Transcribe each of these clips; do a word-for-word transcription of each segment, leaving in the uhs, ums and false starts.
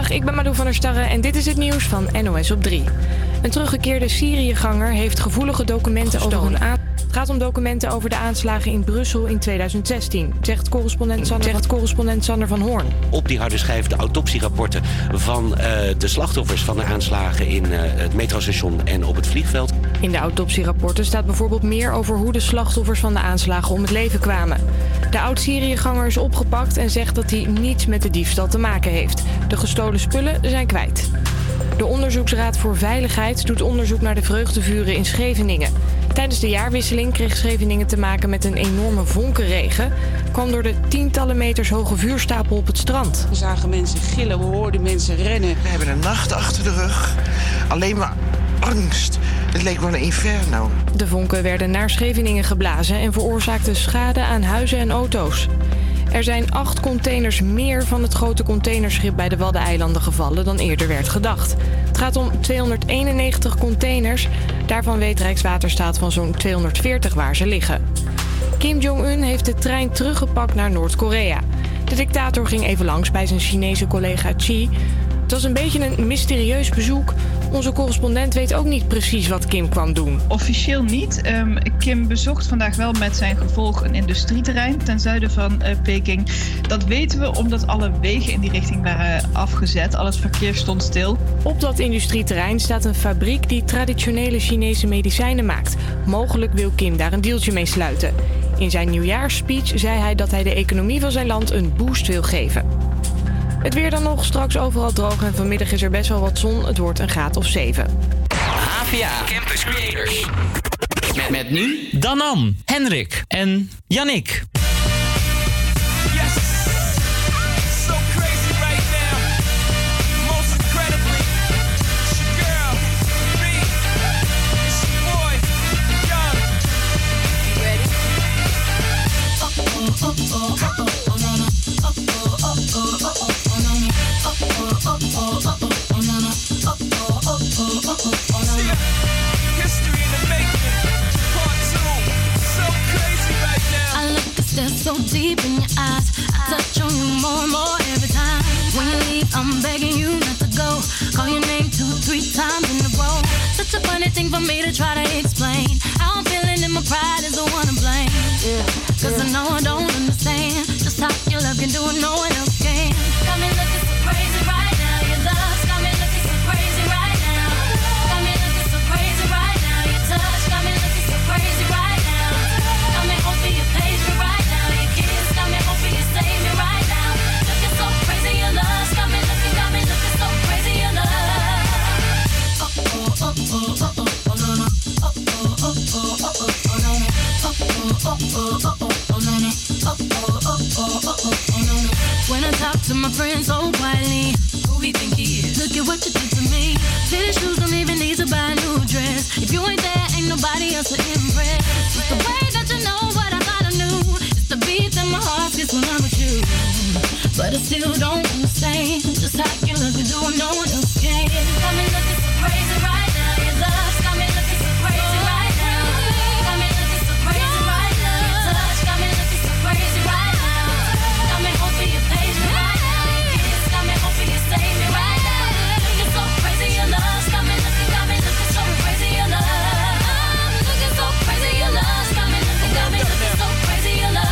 Goedemiddag, ik ben Malou van der Starre en dit is het nieuws van N O S op drie. Een teruggekeerde Syriëganger heeft gevoelige documenten over een aan... Het gaat om documenten over de aanslagen in Brussel in tweeduizend zestien, zegt correspondent Sander, zegt correspondent Sander van Hoorn. Op die harde schijf de autopsierapporten van uh, de slachtoffers van de aanslagen in uh, het metrostation en op het vliegveld. In de autopsierapporten staat bijvoorbeeld meer over hoe de slachtoffers van de aanslagen om het leven kwamen. De oud-Syriëganger is opgepakt en zegt dat hij niets met de diefstal te maken heeft. De gestolen spullen zijn kwijt. De Onderzoeksraad voor Veiligheid doet onderzoek naar de vreugdevuren in Scheveningen. Tijdens de jaarwisseling kreeg Scheveningen te maken met een enorme vonkenregen. Kwam door de tientallen meters hoge vuurstapel op het strand. We zagen mensen gillen, we hoorden mensen rennen. We hebben een nacht achter de rug. Alleen maar angst. Het leek wel een inferno. De vonken werden naar Scheveningen geblazen en veroorzaakten schade aan huizen en auto's. Er zijn acht containers meer van het grote containerschip bij de Waddeneilanden gevallen dan eerder werd gedacht. Het gaat om tweehonderdeenennegentig containers. Daarvan weet Rijkswaterstaat van zo'n tweehonderdveertig waar ze liggen. Kim Jong-un heeft de trein teruggepakt naar Noord-Korea. De dictator ging even langs bij zijn Chinese collega Xi. Het was een beetje een mysterieus bezoek. Onze correspondent weet ook niet precies wat Kim kwam doen. Officieel niet. Um, Kim bezocht vandaag wel met zijn gevolg een industrieterrein ten zuiden van uh, Peking. Dat weten we omdat alle wegen in die richting waren afgezet. Al het verkeer stond stil. Op dat industrieterrein staat een fabriek die traditionele Chinese medicijnen maakt. Mogelijk wil Kim daar een deeltje mee sluiten. In zijn nieuwjaarsspeech zei hij dat hij de economie van zijn land een boost wil geven. Het weer dan nog, straks overal droog en vanmiddag is er best wel wat zon. Het wordt een graad of zeven. H V A Campus Creators. Met, met nu Danan, Henrik en Yannick. So deep in your eyes, I touch on you more and more every time. When you leave, I'm begging you not to go. Call your name two, three times in a row. Such a funny thing for me to try to explain. How I'm feeling and my pride is the one to blame. Yeah, Cause yeah. I know I don't understand just how your love can do it, no one else can. Got me looking so crazy right now. Your love's got me looking so crazy right now. Got me looking so crazy right now. Your touch got me looking so crazy right now. Got me hoping you page me right. Save me right now. Looking so crazy, your love's got me looking, got me looking so crazy, your love. Oh oh oh oh oh oh no no. Oh oh oh oh oh oh no no. Oh oh oh oh oh oh no no. Oh oh oh oh oh oh no no. When I talk to my friends so quietly, who we think he is? Look at what you did to me. Fitted shoes don't even need to buy a new dress. If you ain't there, ain't nobody else to impress. It's the way that you know what I thought I knew. The beat in my heart gets when I'm with you. But I still don't understand just how you look and do what no one else can. Got me looking so crazy right now. Your love's got me looking so crazy right now. Got me looking so crazy right now. Your touch got me looking so crazy right now. Got me hoping you page me right now. Your kiss got me hoping you save me right now. Looking so crazy, your love's got me looking, got me looking so crazy, your love. Looking so crazy, your love's got me looking, got me looking so crazy, your love.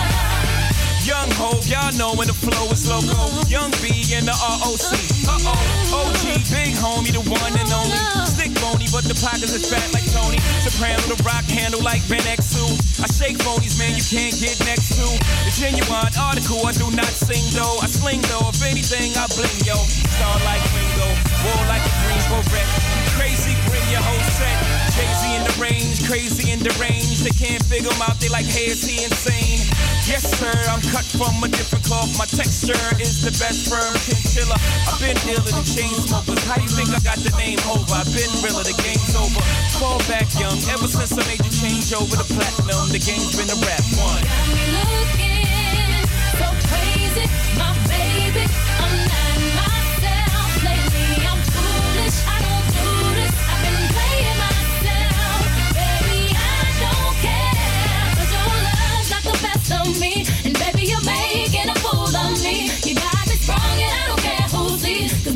Young Hov, y'all know when the flow is loco. Young B and the R O C. Uh-oh, O G, big homie, the one and only. Stick bony, but the pockets is fat like Tony. Soprano, the rock handle like Ben X two. I shake phonies, man, you can't get next to. The genuine article, I do not sing though. I sling though, if anything, I bling, yo. Star like Ringo, war like a Greensboro wreck. Crazy, bring your whole set. Jay-Z in the range, crazy in the range. They can't figure him out, they like, hey, is he insane? Yes, sir, I'm cut from a different cloth. My texture is the best firm chinchilla. I've been iller than chain smokers. How you think I got the name over? I've been realer, the game's over. Fall back young, ever since I made the change over to platinum. The game's been a rap one. Got me looking so crazy, my baby. I'm not myself lately. I'm foolish, I don't do this. I've been playing myself, baby. I don't care, 'cause your love's got the best of me. And baby, you're making a fool of me. You got me sprung and I don't care who sees.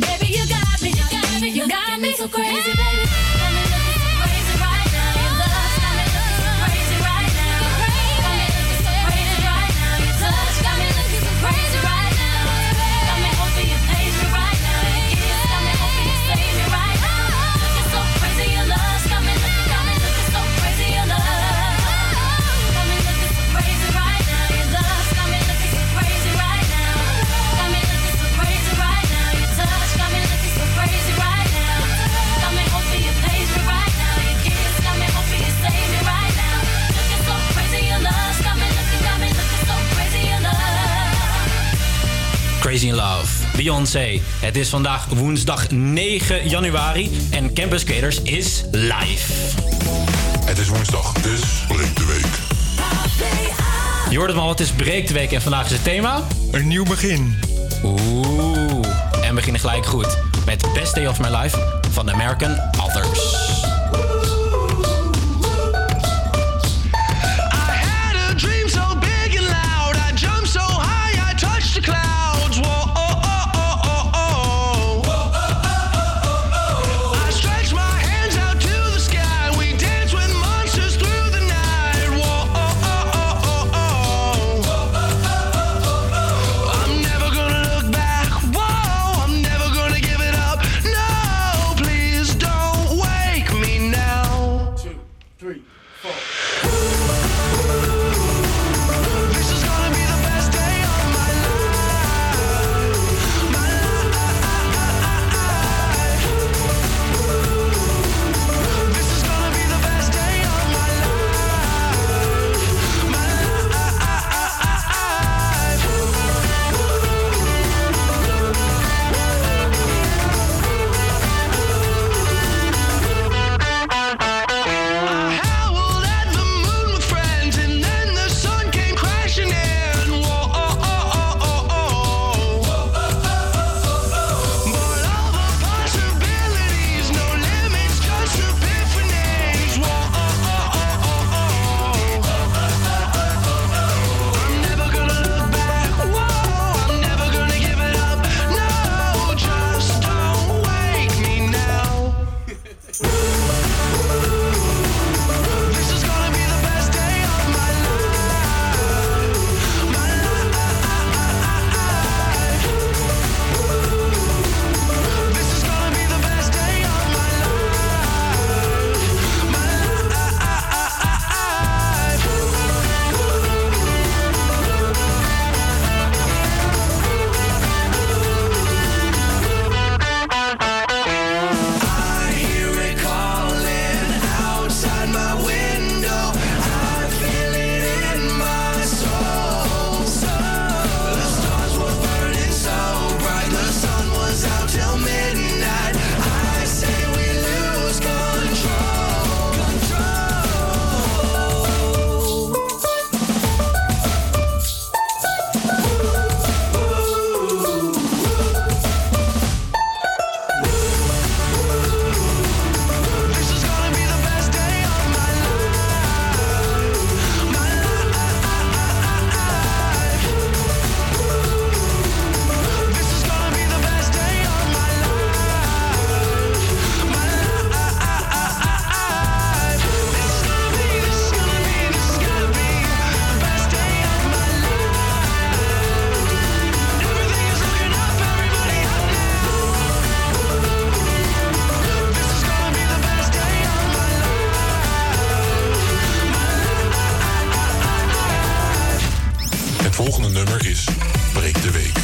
so crazy, baby. Got me looking so crazy right now. Your love got me looking so crazy right now. Got me looking so crazy right now. Your touch got me looking so crazy right now. Got me hoping you page me right now. Your kiss got me hoping you save me right now. Looking so crazy, your love got me looking, got me looking so crazy, your love. Got me looking so crazy right now. Your love got me looking so crazy right now. Got me looking so crazy right now. Your touch got me looking so crazy right now. Got me hoping you page me right now. Your kiss got me hoping you save me right now. Looking so crazy, your love got me looking, got me looking so crazy, your love. Crazy in Love, Beyoncé. Het is vandaag woensdag negen januari en Campus Creators is live. Het is woensdag, dus breek de week. Je hoort het maar, het is breek de week en vandaag is het thema... Een nieuw begin. Oeh, en we beginnen gelijk goed met Best Day of My Life van The American Authors. volgende nummer is Breek de Week.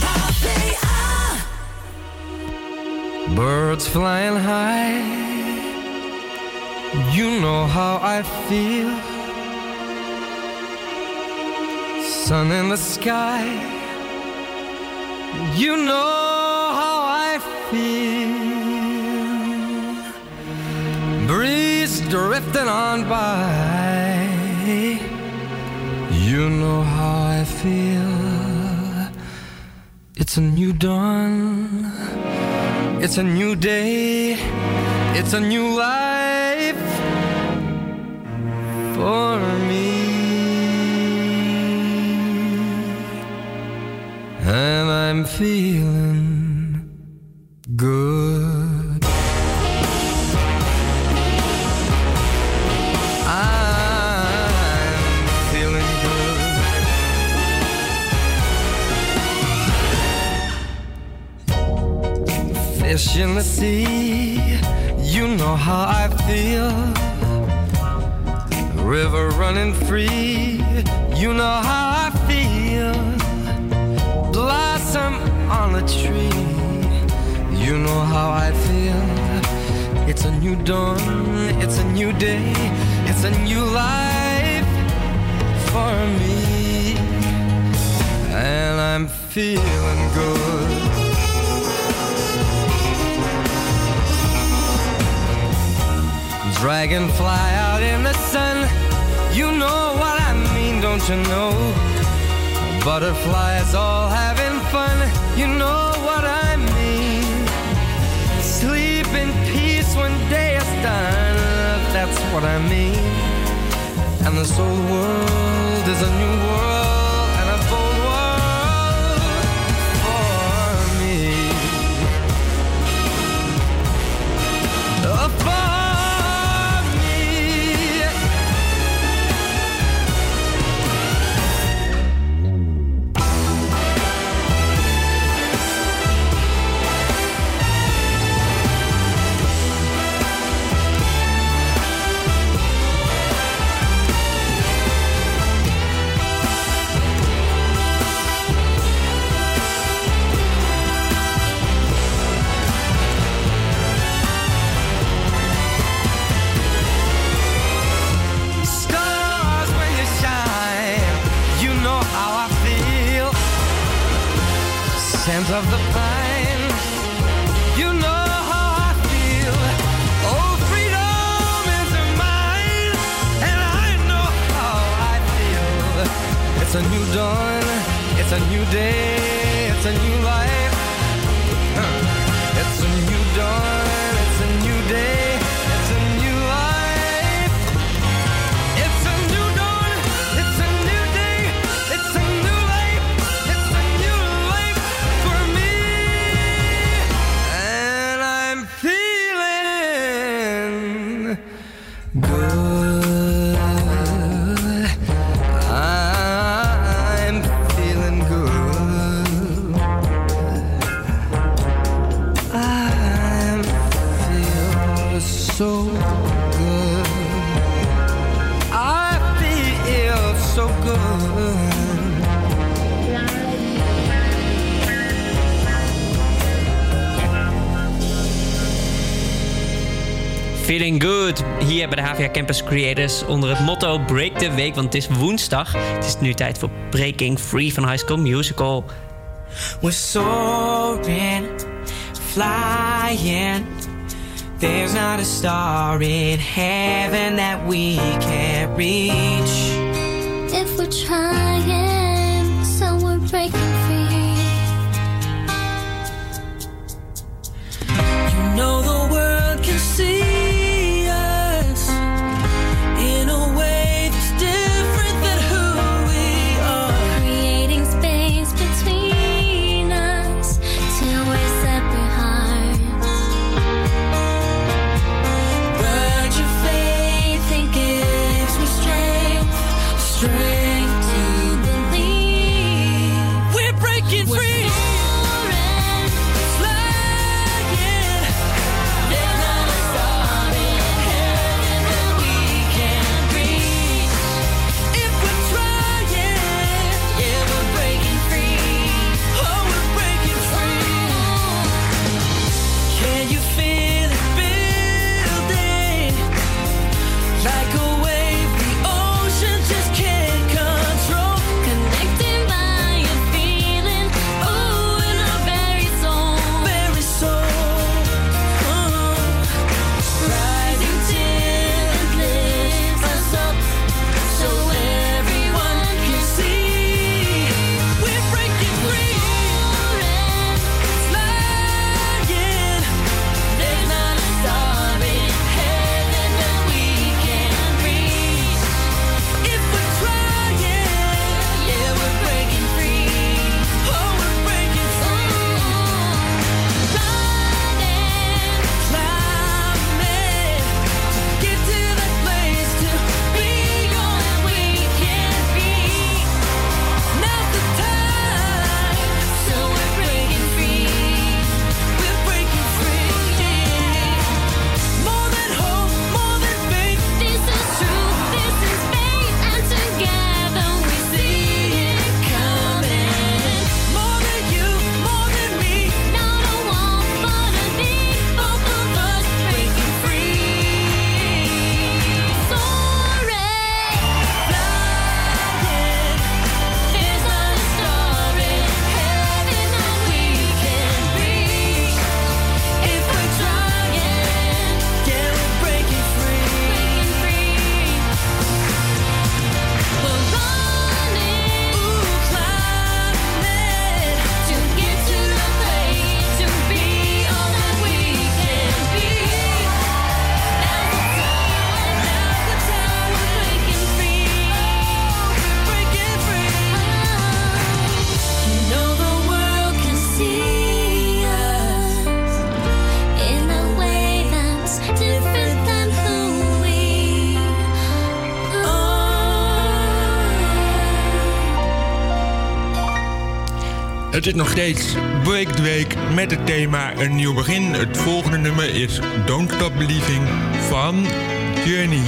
Birds flying high, you know how I feel. Sun in the sky, you know how I feel. Breeze drifting on by, you know how I feel. It's a new dawn, it's a new day, it's a new life for me. And I'm feeling good. fish in the sea. You know how I feel. River running free. You know how I feel. Blossom on a tree. You know how I feel. It's a new dawn. It's a new day. It's a new life for me. And I'm feeling good. Dragonfly out in the sun. You know what I mean, don't you know? Butterflies all having fun. You know what I mean. Sleep in peace when day is done. That's what I mean. And this old world is a new world and a bold world for me. Oh, for of the pine, you know how I feel. Oh, freedom is mine, and I know how I feel. It's a new dawn, it's a new day, it's a new life. It's a new dawn, it's a new day, it's a new life. It's a new dawn, it's a new day, it's a new life. It's a new life for me, and I'm feeling good. I'm feeling good. I feel so good. I feel so good. Feeling good hier bij de H V A Campus Creators onder het motto Break the Week, want het is woensdag. Het is nu tijd voor Breaking Free van High School Musical. We're soaring, flying. There's not a star in heaven that we can't reach. If we're trying, so we're breaking free. You know the world can see us in a way that's different than who we are. Creating space between us till we're separate hearts. But your faith, it gives me strength, strength to believe. We're Het is nog steeds Break the Week met het thema een nieuw begin. Het volgende nummer is Don't Stop Believing van Journey.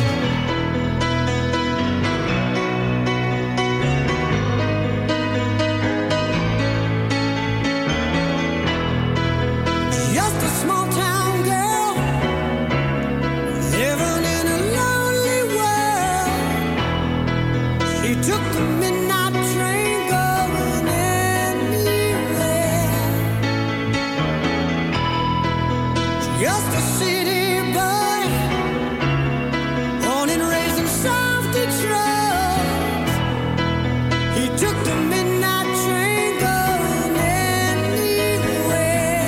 Just a small town girl living in a lonely world. She took the midnight train going anywhere. Just a city boy, born and raised in South Detroit. He took the midnight train going anywhere.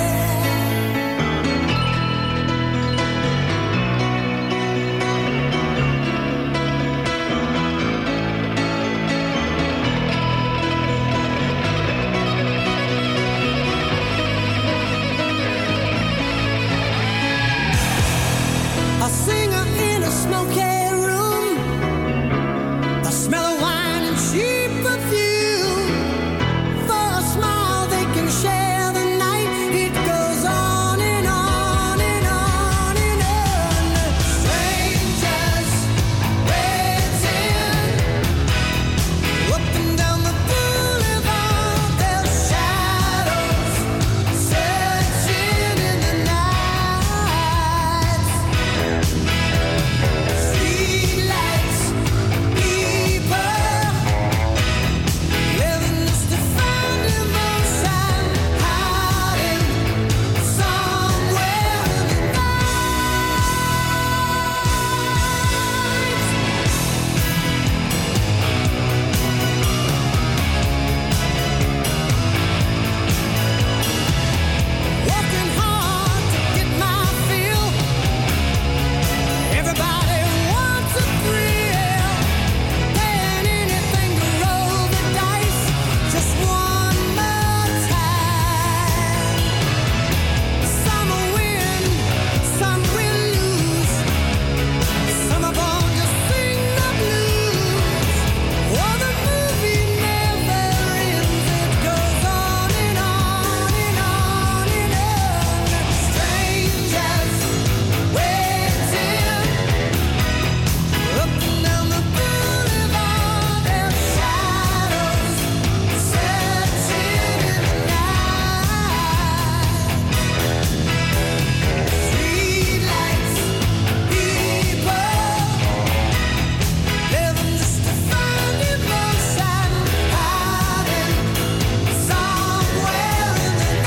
A singer in a smoky room, the smell of wine and cheap perfume. For a smile they can share the night. It goes on and on and on and on. Strangers waiting up and down the boulevard. Their shadows searching in the night. Streetlights, people living just to find emotion, hiding somewhere in the Working hard to get my fill. Everybody wants a thrill. Paying anything to roll the dice. Just one more time. Some will win, some will lose. Some are born to sing the blues. Oh, the movie never ends. It goes on and on and on and on. Strangers waiting up and down the boulevard. Their shadows searching in the night. Streetlights, people living just to find emotion, hiding somewhere in the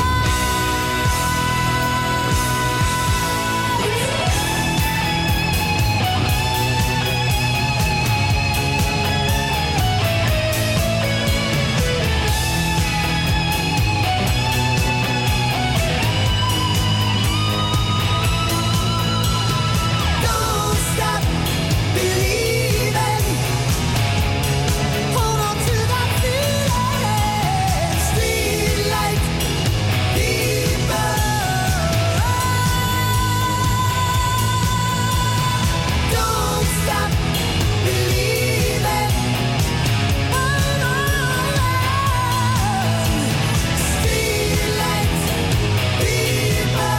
Don't stop believing. Hold on to that feeling. Streetlight people. Don't stop believing. Hold on. Streetlight people.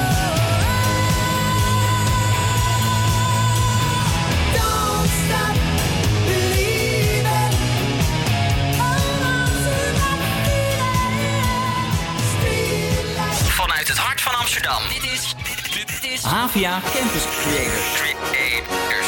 Don't stop believing. Hold on to that feeling. Streetlight. Vanuit het hart van Amsterdam. Dit is... Dit is... Havia Campus Creators. Creators.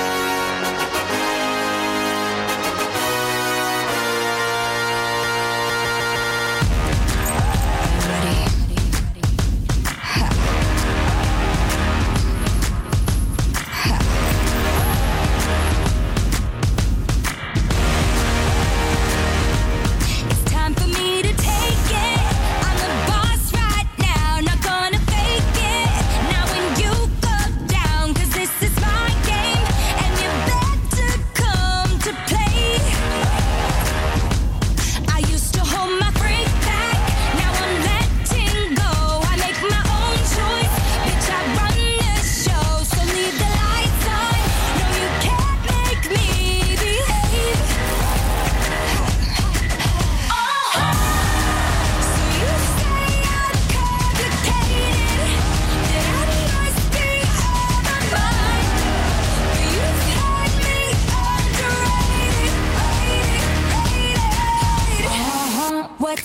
It's time for me to take it. I'm the boss right now, not gonna fake it. Now when you go down, 'cause this is my game, and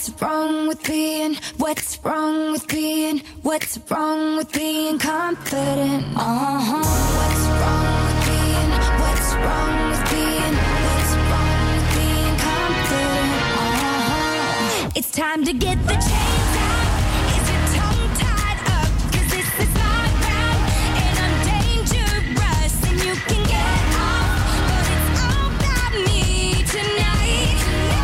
What's wrong with being, what's wrong with being, what's wrong with being confident? Uh-huh. What's wrong with being, what's wrong with being, what's wrong with being confident? Uh-huh. It's time to get the chains out. Is your tongue tied up? 'Cause this is our ground and I'm dangerous and you can get off, but it's all about me tonight.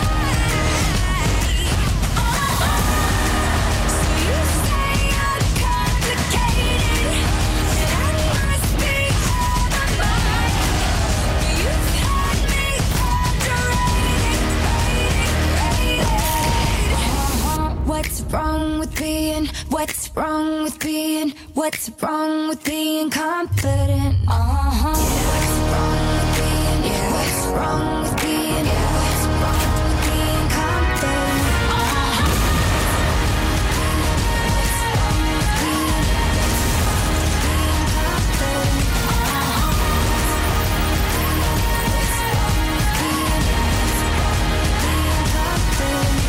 What's wrong with being, what's wrong with being, what's wrong with being confident? Uh-huh. What's wrong with being, what's wrong with being, what's wrong with being confident? Uh-huh. What's wrong with being, being confident? Uh-huh. What's wrong with being, being confident?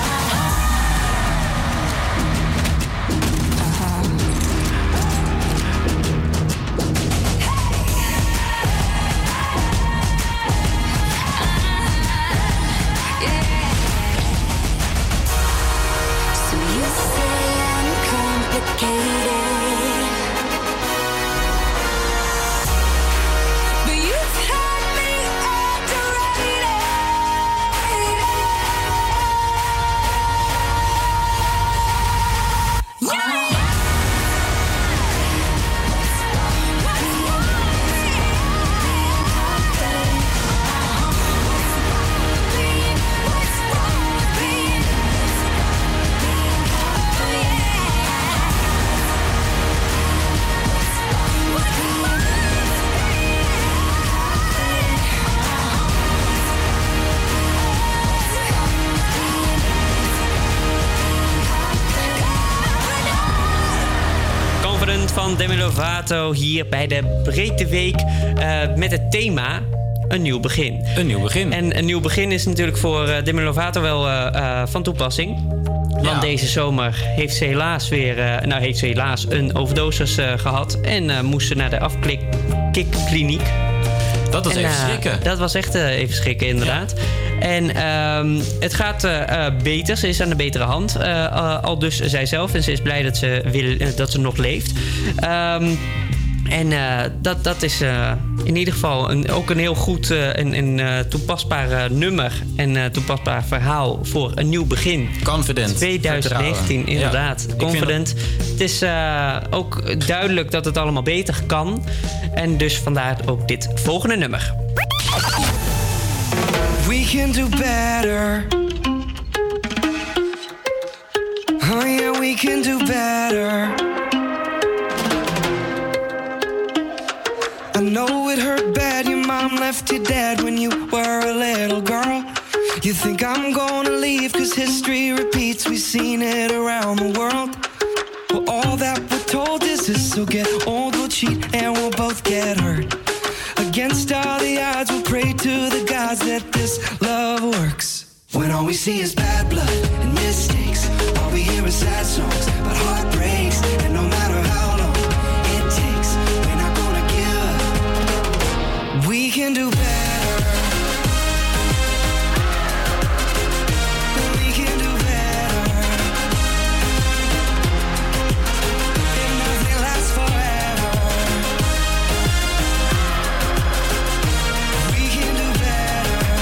Van Demi Lovato hier bij de Breedteweek uh, met het thema een nieuw begin. Een nieuw begin. En een nieuw begin is natuurlijk voor uh, Demi Lovato wel uh, uh, van toepassing. Want ja. Deze zomer heeft ze helaas weer, uh, nou heeft ze helaas een overdosis uh, gehad en uh, moest ze naar de afkikkliniek. Dat was en, even schrikken. Uh, dat was echt uh, even schrikken, inderdaad. Ja. En uh, het gaat uh, beter. Ze is aan de betere hand. Uh, uh, al dus zijzelf. En ze is blij dat ze, wil, uh, dat ze nog leeft. Um, en uh, dat, dat is uh, in ieder geval een, ook een heel goed uh, en, en uh, toepasbaar uh, nummer. En uh, toepasbaar verhaal voor een nieuw begin. Confident. twintig negentien, vertrouwen. Inderdaad. Ja, Confident. Dat... Het is uh, ook duidelijk dat het allemaal beter kan. En dus vandaar ook dit volgende nummer. We can do better. Oh yeah, we can do better. I know it hurt bad, your mom left you dead when you were a little girl. You think I'm gonna leave cause history repeats, we've seen it around the world. Well, all that we're told is this, so get old, we'll cheat and we'll both get hurt. Against all the odds, we'll pray to the gods that this love works. When all we see is bad blood and mistakes, all we hear is sad songs about heartbreaks. And no matter how long it takes, we're not gonna give up. We can do better. We can do better. And nothing lasts forever. We can do better.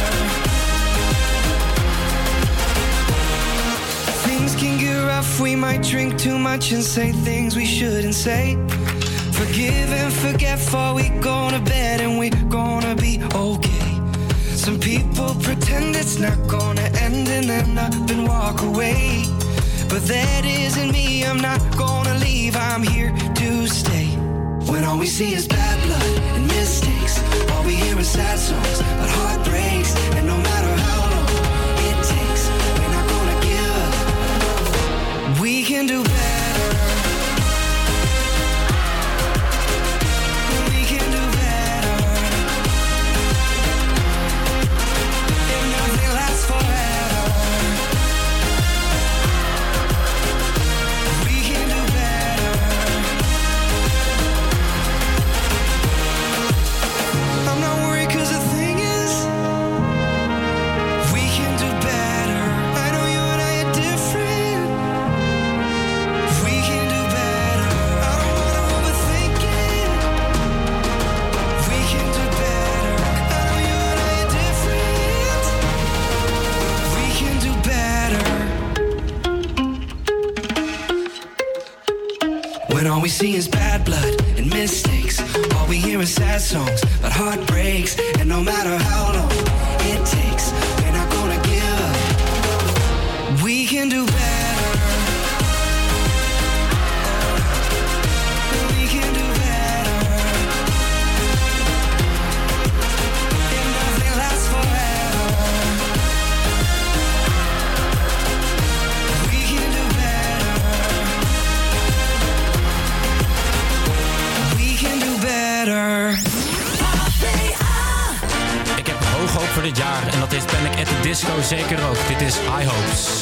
Things can get rough, we might drink too much and say things we shouldn't say. Forgive and forget before we go to bed and we gonna be okay. Some people pretend it's not gonna end and then up and walk away. But that isn't me, I'm not gonna leave, I'm here to stay. When all we see is bad blood and mistakes, all we hear is sad songs about heartbreaks. And no matter how long it takes, we're not gonna give up. We can do better. We can do better. And nothing lasts forever. we see is bad blood and mistakes. All we hear is sad songs about heartbreaks. And no matter how long it takes, we're not gonna give up. We can do better. We can do better. And nothing lasts forever. We can do better. We can do better. Ik heb hoog hoop voor dit jaar en dat is Panic at the Disco zeker ook. Dit is High Hopes.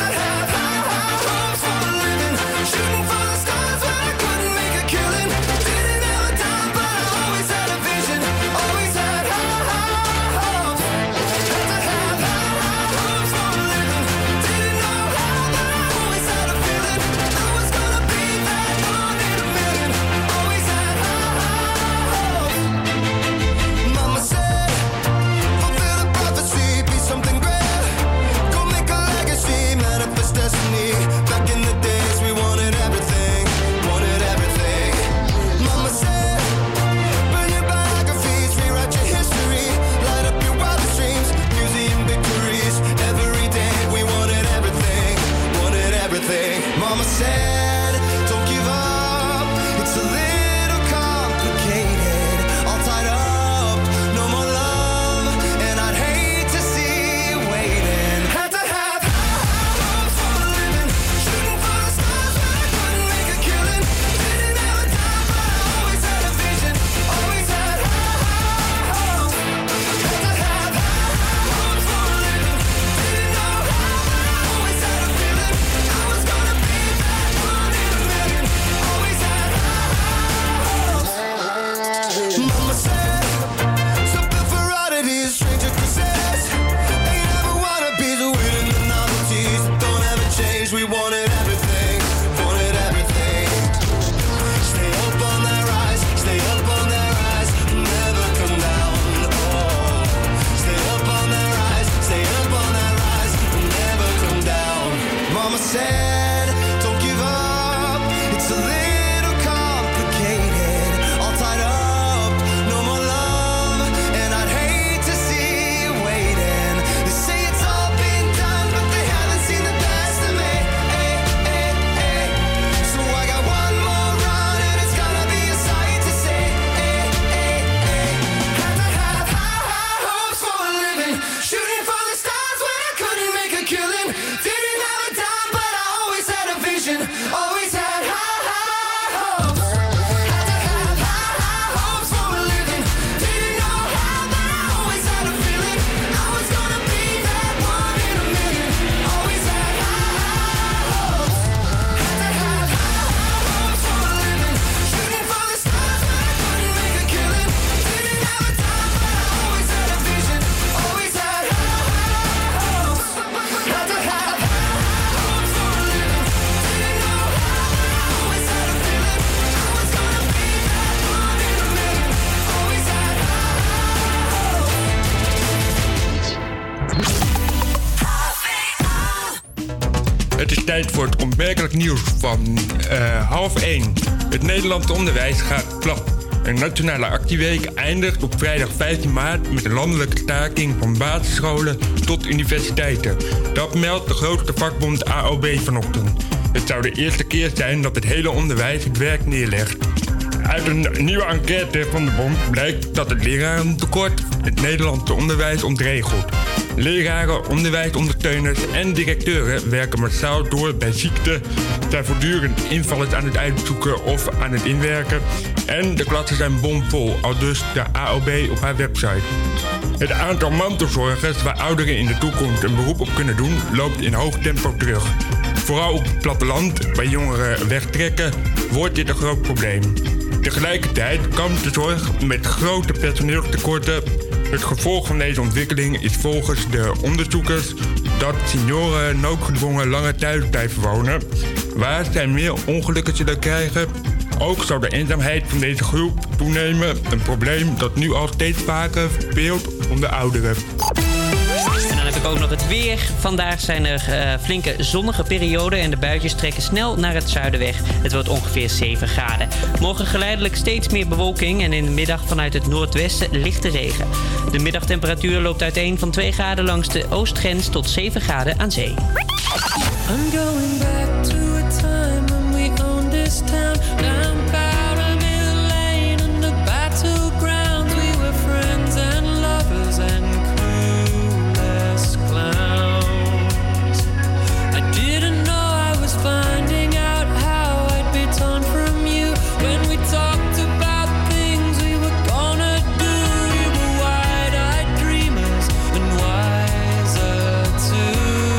Mama said, don't give up. It's a little complicated. All tied up, no more love. And I'd hate to see you waiting. Had to have high hopes for a living. Shooting for the stars, but I couldn't make a killing. Didn't have a time, but I always had a vision. Always had high hopes. Had to have high hopes for a living. Didn't know how, but I always had a feeling. I was gonna be that one in a million. Always had high hopes. Mama said, something for oddities, stranger kisses. Ain't ever wanna be the winning the novelties. Don't ever change, we wanted everything. Wanted everything. Stay up on that rise, stay up on that rise. Never come down, oh. Stay up on that rise, stay up on that rise. Never come down. Mama said, don't give up. It's a little complicated. All tied up, no more love. And I'd hate to see you waiting. They say it's all been done, but they haven't seen the best of me. Ay, ay, ay. So I got one more run, and it's gonna be a sight to see. Ay, ay, ay. Had to have high, high hopes for a living. Shooting for the stars when I couldn't make a killing. Didn't have a dime, but I always had a vision. Always had high, high hopes. Had to have high, high hopes for a living. Didn't know how, but I always had a feeling. I was gonna be that one in a million. Always had high, high hopes. Had to have high, high hopes for a living. Shooting for the stars when I couldn't make a killing. Didn't have a time, but I always had a vision. Always had high, high hopes. Had to have high, high hopes for a living. Didn't know how, but I always had a feeling. I was gonna be that one in a million. Always had Het is tijd voor het opmerkelijk nieuws van uh, half één. Het Nederlands onderwijs gaat plat. Een nationale actieweek eindigt op vrijdag vijftien maart met een landelijke staking van basisscholen tot universiteiten. Dat meldt de grootste vakbond A O B vanochtend. Het zou de eerste keer zijn dat het hele onderwijs het werk neerlegt. Uit een nieuwe enquête van de bond blijkt dat het lerarentekort het Nederlandse onderwijs ontregelt. Leraren, onderwijsondersteuners en directeuren werken massaal door bij ziekte, zijn voortdurend invallers aan het uitzoeken of aan het inwerken en de klassen zijn bomvol, aldus de A O B op haar website. Het aantal mantelzorgers waar ouderen in de toekomst een beroep op kunnen doen loopt in hoog tempo terug. Vooral op het platteland, waar jongeren wegtrekken, wordt dit een groot probleem. Tegelijkertijd kampt de zorg met grote personeelstekorten. Het gevolg van deze ontwikkeling is volgens de onderzoekers dat senioren noodgedwongen langer thuis blijven wonen, waar zij meer ongelukken zullen krijgen. Ook zal de eenzaamheid van deze groep toenemen, een probleem dat nu al steeds vaker speelt onder ouderen. En dan heb ik heb ook nog het weer. Vandaag zijn er uh, flinke zonnige perioden en de buitjes trekken snel naar het zuiden weg. Het wordt ongeveer zeven graden. Morgen geleidelijk steeds meer bewolking en in de middag vanuit het noordwesten lichte regen. De middagtemperatuur loopt uiteen van twee graden langs de oostgrens tot zeven graden aan zee. I'm going back to a time when we owned this town. Down Powder Mill Lane and the battlegrounds. We were friends and lovers and clueless clowns. I didn't know I was finding out how I'd be torn from you when we talked about things we were gonna do. We were wide-eyed dreamers and wiser too.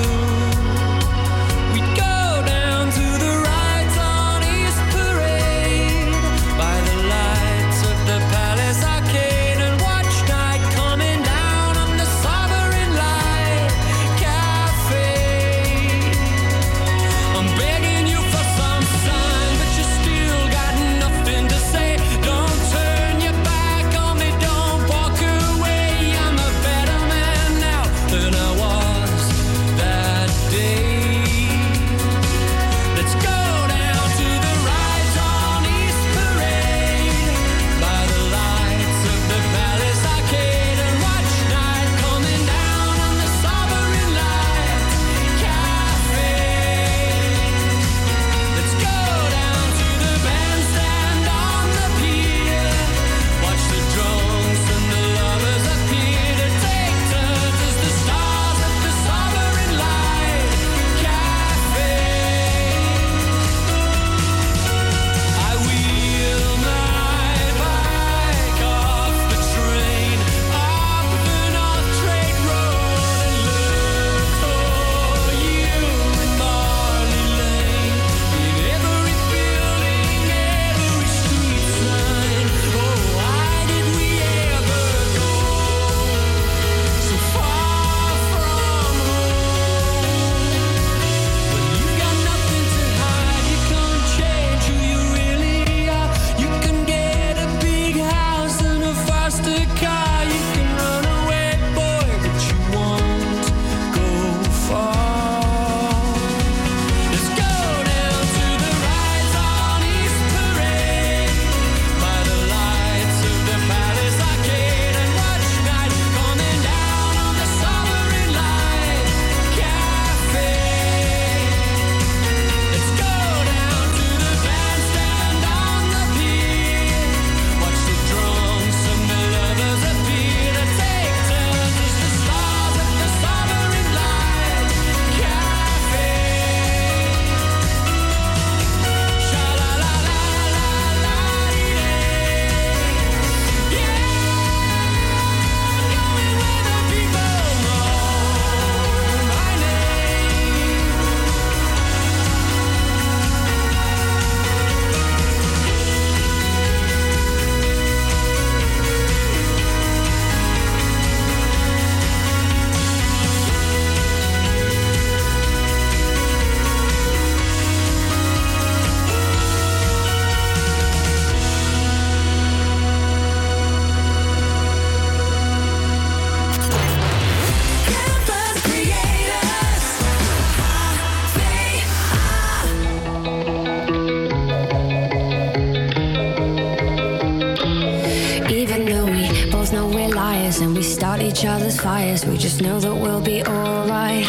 Each other's fires, we just know that we'll be alright.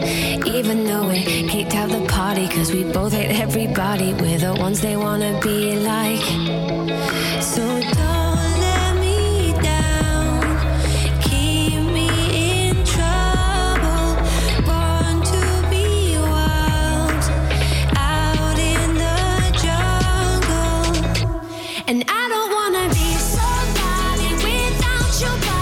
Even though we kicked out the party, cause we both hate everybody. We're the ones they wanna be like. So don't let me down, keep me in trouble. Born to be wild, out in the jungle. And I don't wanna be somebody without your body.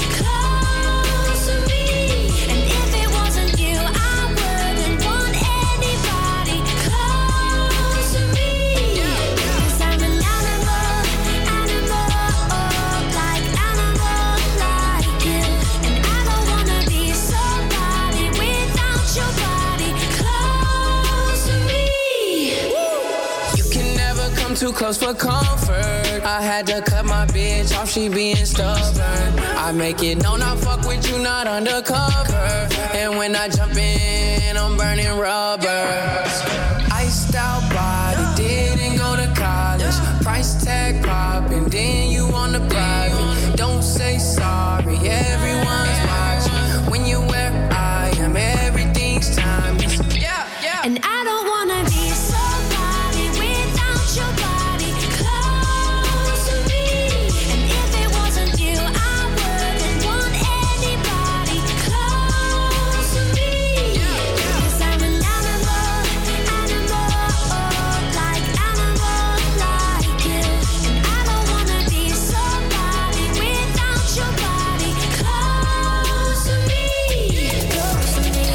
Too close for comfort. I had to cut my bitch off, she being stubborn. I make it known I fuck with you, not undercover. when I jump in, I'm burning rubber. Iced out body, didn't go to college. Price tag popping, then you on the private. Don't say sorry, everyone's watching. When you're where I am, everything's timeless. Yeah, yeah. And I don't wanna be somebody without your body close to me. And if it wasn't you, I wouldn't want anybody close to me. Cause I'm an animal, animal, like animal, like you. And I don't wanna be somebody without your body close to me. Close to me.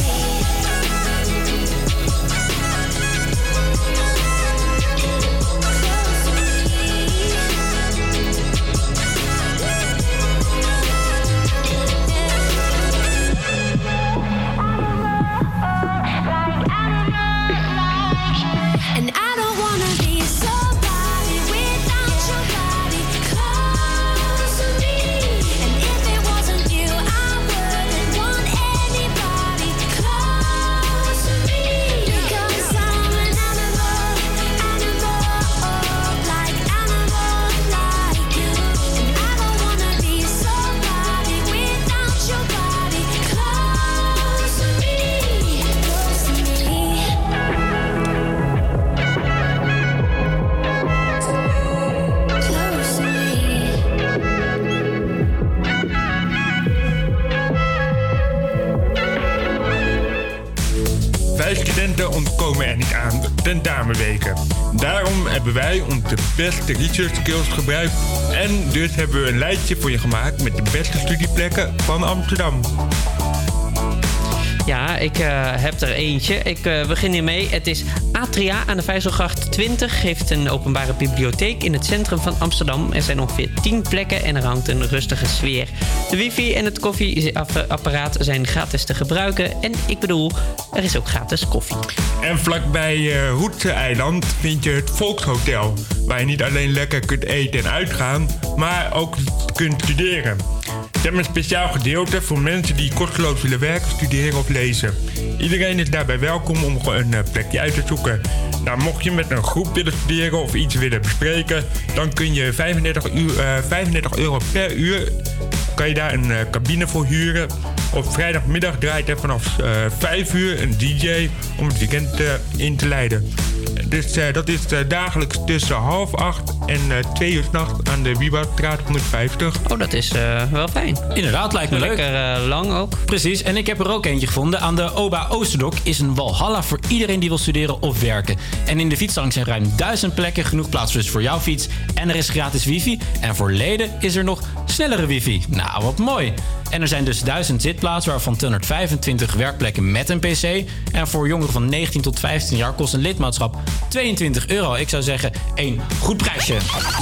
And I don't wanna be somebody without your body close to me. And if it wasn't you, I wouldn't want anybody close to me. Because I'm an animal, animal, like animal, like you. And I don't wanna be somebody without your body close to me. Close to me. Close to me. Vijf studenten ontkomen er niet aan de tentamenweken. Daarom hebben wij onze beste research skills gebruikt. En dus hebben we een lijstje voor je gemaakt met de beste studieplekken van Amsterdam. Ja, ik uh, heb er eentje. Ik uh, begin hiermee. Het is Atria aan de Vijzelgracht twintig. Heeft een openbare bibliotheek in het centrum van Amsterdam. Er zijn ongeveer tien plekken en er hangt een rustige sfeer. De wifi en het koffieapparaat zijn gratis te gebruiken. En ik bedoel, er is ook gratis koffie. En vlakbij uh, Hoedse Eiland vind je het Volkshotel. Waar je niet alleen lekker kunt eten en uitgaan, maar ook kunt studeren. Ze hebben een speciaal gedeelte voor mensen die kosteloos willen werken, studeren of lezen. Iedereen is daarbij welkom om een plekje uit te zoeken. Nou, mocht je met een groep willen studeren of iets willen bespreken, dan kun je vijfendertig, uur, uh, vijfendertig euro per uur kan je daar een uh, cabine voor huren. Op vrijdagmiddag draait er vanaf uh, vijf uur een D J om het weekend uh, in te leiden. Dus uh, dat is uh, dagelijks tussen half acht en uh, twee uur 's nachts aan de Wieboudstraat honderdvijftig. Oh, dat is uh, wel fijn. Inderdaad, lijkt me leuk. Lekker uh, lang ook. Precies, en ik heb er ook eentje gevonden. Aan de Oba Oosterdok is een walhalla voor iedereen die wil studeren of werken. En in de fietsstank zijn ruim duizend plekken, genoeg plaats dus voor jouw fiets. En er is gratis wifi. En voor leden is er nog snellere wifi. Nou, wat mooi. En er zijn dus duizend zitplaatsen, waarvan tweehonderdvijfentwintig werkplekken met een pc. En voor jongeren van negentien tot vijftien jaar kost een lidmaatschap tweeëntwintig euro. Ik zou zeggen, één goed prijsje.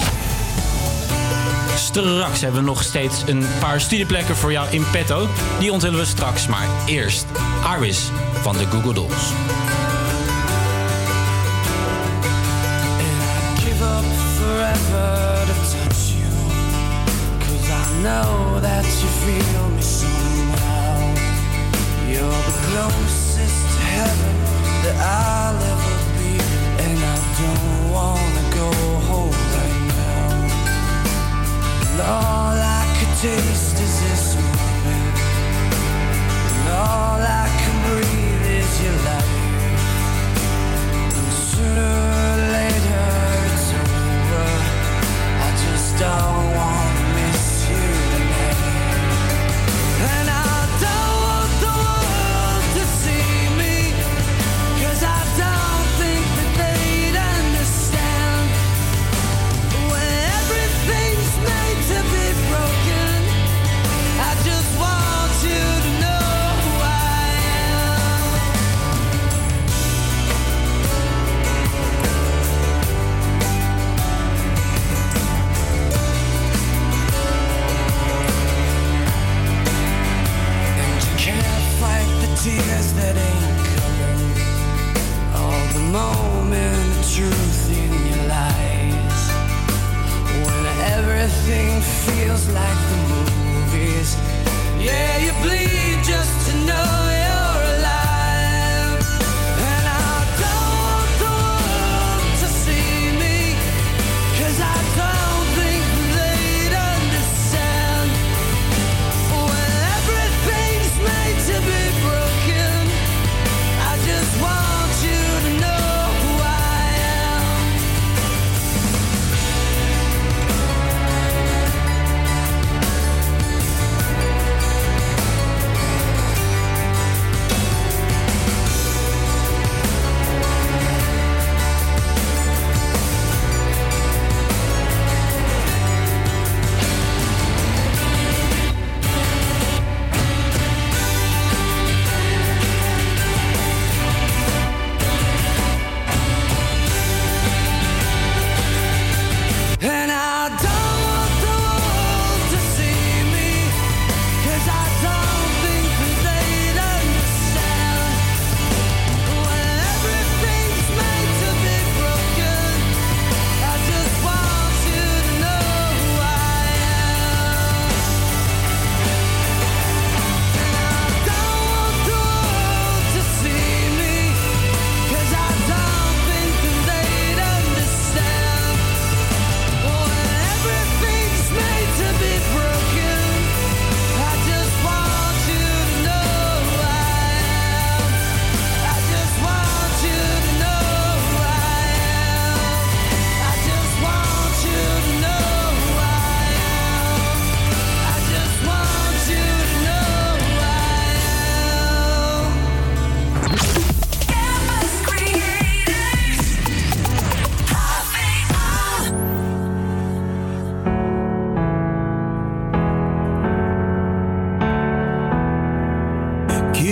Straks hebben we nog steeds een paar studieplekken voor jou in petto. Die onthullen we straks, maar eerst Iris van de Google Dolls. Give up forever to touch you, 'cause I know that you feel me somehow. You're the closest to heaven that I'll ever be, and I don't wanna go home right now. And all I could taste is this moment, and all I can breathe is your life. And sooner or later it's over. I just don't wanna miss you tonight. And I don't want the world to see me, 'cause I don't think that they'd understand. When everything's made to be broken, I just want you to know who I am. And you can't fight the tears that ain't coming, all the moment of truth in your lies. When everything feels like the movies, yeah, you bleed just to know you're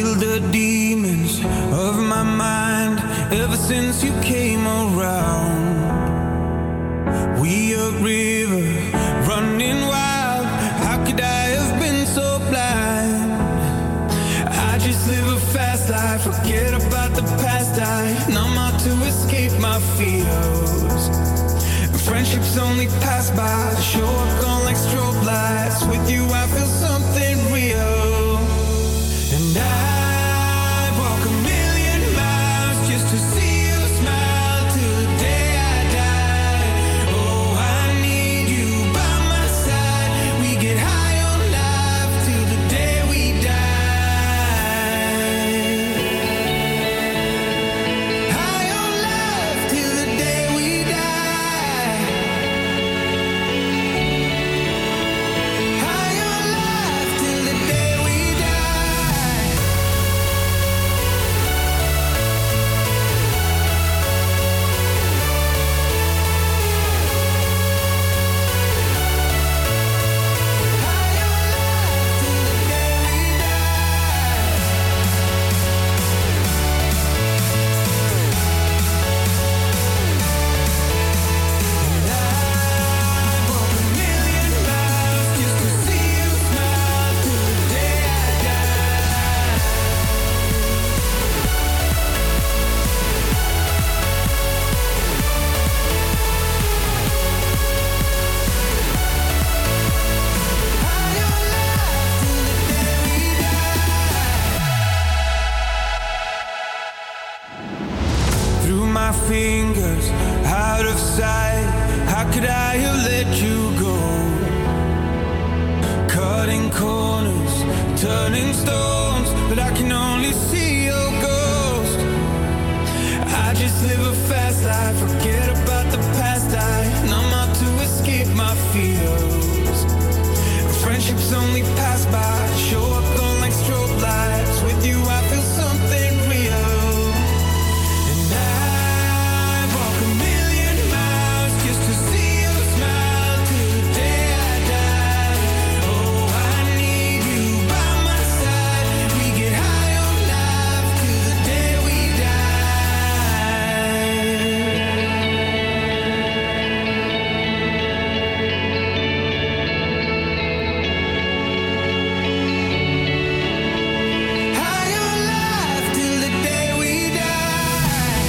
killed the demons of my mind ever since you came around. We a river running wild. How could I have been so blind? I just live a fast life, forget about the past. I numb out to escape my fears. Friendships only pass by, show up gone like strobe lights. With you I feel something real. And I walk a million miles just to see you smile till the day I die. Oh, I need you by my side. We get high on life till the day we die. High on life till the day we die. High on life till the day we die. Through my fingers, out of sight. How could I have let you go? Cutting corners, turning stones, but I can only see your ghost. I just live a fast life, forget about the past. I numb out to escape my fears. Friendships only pass by, show up gone like strobe lights. With you I feel something real. And I walk a million miles just to see you smile till the day I die. Oh, I need you by my side. We get high on life till the day we High on life till the day we die.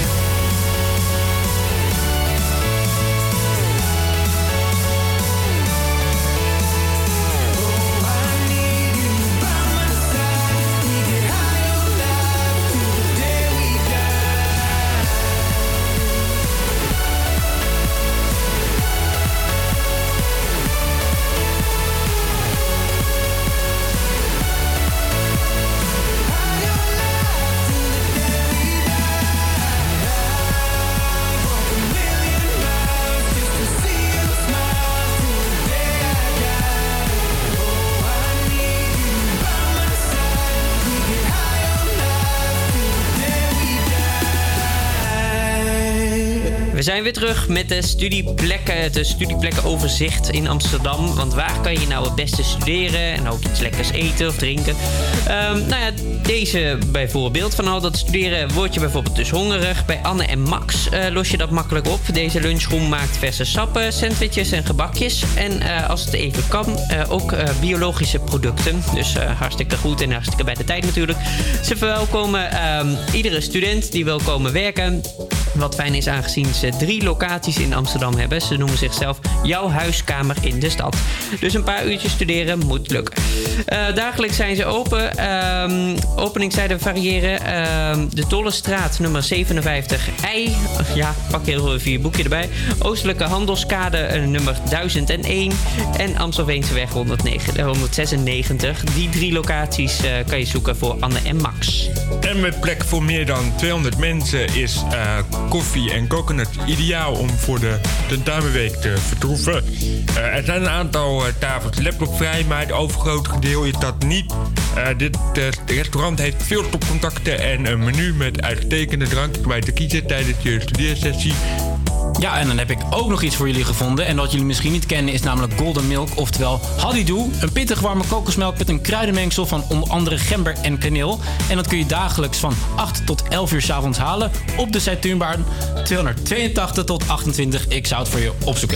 Oh, I need you by my side. We get high on life till the day we die. We zijn weer terug met de studieplekken, het studieplekenoverzicht in Amsterdam. Want waar kan je nou het beste studeren en ook iets lekkers eten of drinken? Um, nou ja, deze bijvoorbeeld. Van al dat studeren word je bijvoorbeeld dus hongerig. Bij Anne en Max uh, los je dat makkelijk op. Deze lunchroom maakt verse sappen, sandwiches en gebakjes. En uh, als het even kan, uh, ook uh, biologische producten. Dus uh, hartstikke goed en hartstikke bij de tijd natuurlijk. Ze verwelkomen um, iedere student die wil komen werken. Wat fijn is aangezien ze drie locaties in Amsterdam hebben. Ze noemen zichzelf Jouw Huiskamer in de Stad. Dus een paar uurtjes studeren moet lukken. Uh, dagelijks zijn ze open. Um, openingstijden variëren. Um, de Tollestraat nummer zevenenvijftig. I. Ja, pak heel even je boekje erbij. Oostelijke Handelskade uh, nummer duizend één. En Amstelveenseweg honderdzesennegentig. Die drie locaties uh, kan je zoeken voor Anne en Max. En met plek voor meer dan tweehonderd mensen is uh, koffie en coconut ideaal om voor de tentamenweek te vertoeven. Uh, er zijn een aantal uh, tafels laptopvrij, maar het overgrote gedeelte is dat niet. Uh, dit uh, restaurant heeft veel topcontacten en een menu met uitstekende drankjes bij te kiezen tijdens je studeersessie. Ja, en dan heb ik ook nog iets voor jullie gevonden. En wat jullie misschien niet kennen is namelijk Golden Milk, oftewel Hadidoo. Een pittig warme kokosmelk met een kruidenmengsel van onder andere gember en kaneel. En dat kun je dagelijks van acht tot elf uur 's avonds halen op de Zuidtuinbaan tweehonderdtweeëntachtig tot achtentwintig. Ik zou het voor je opzoeken.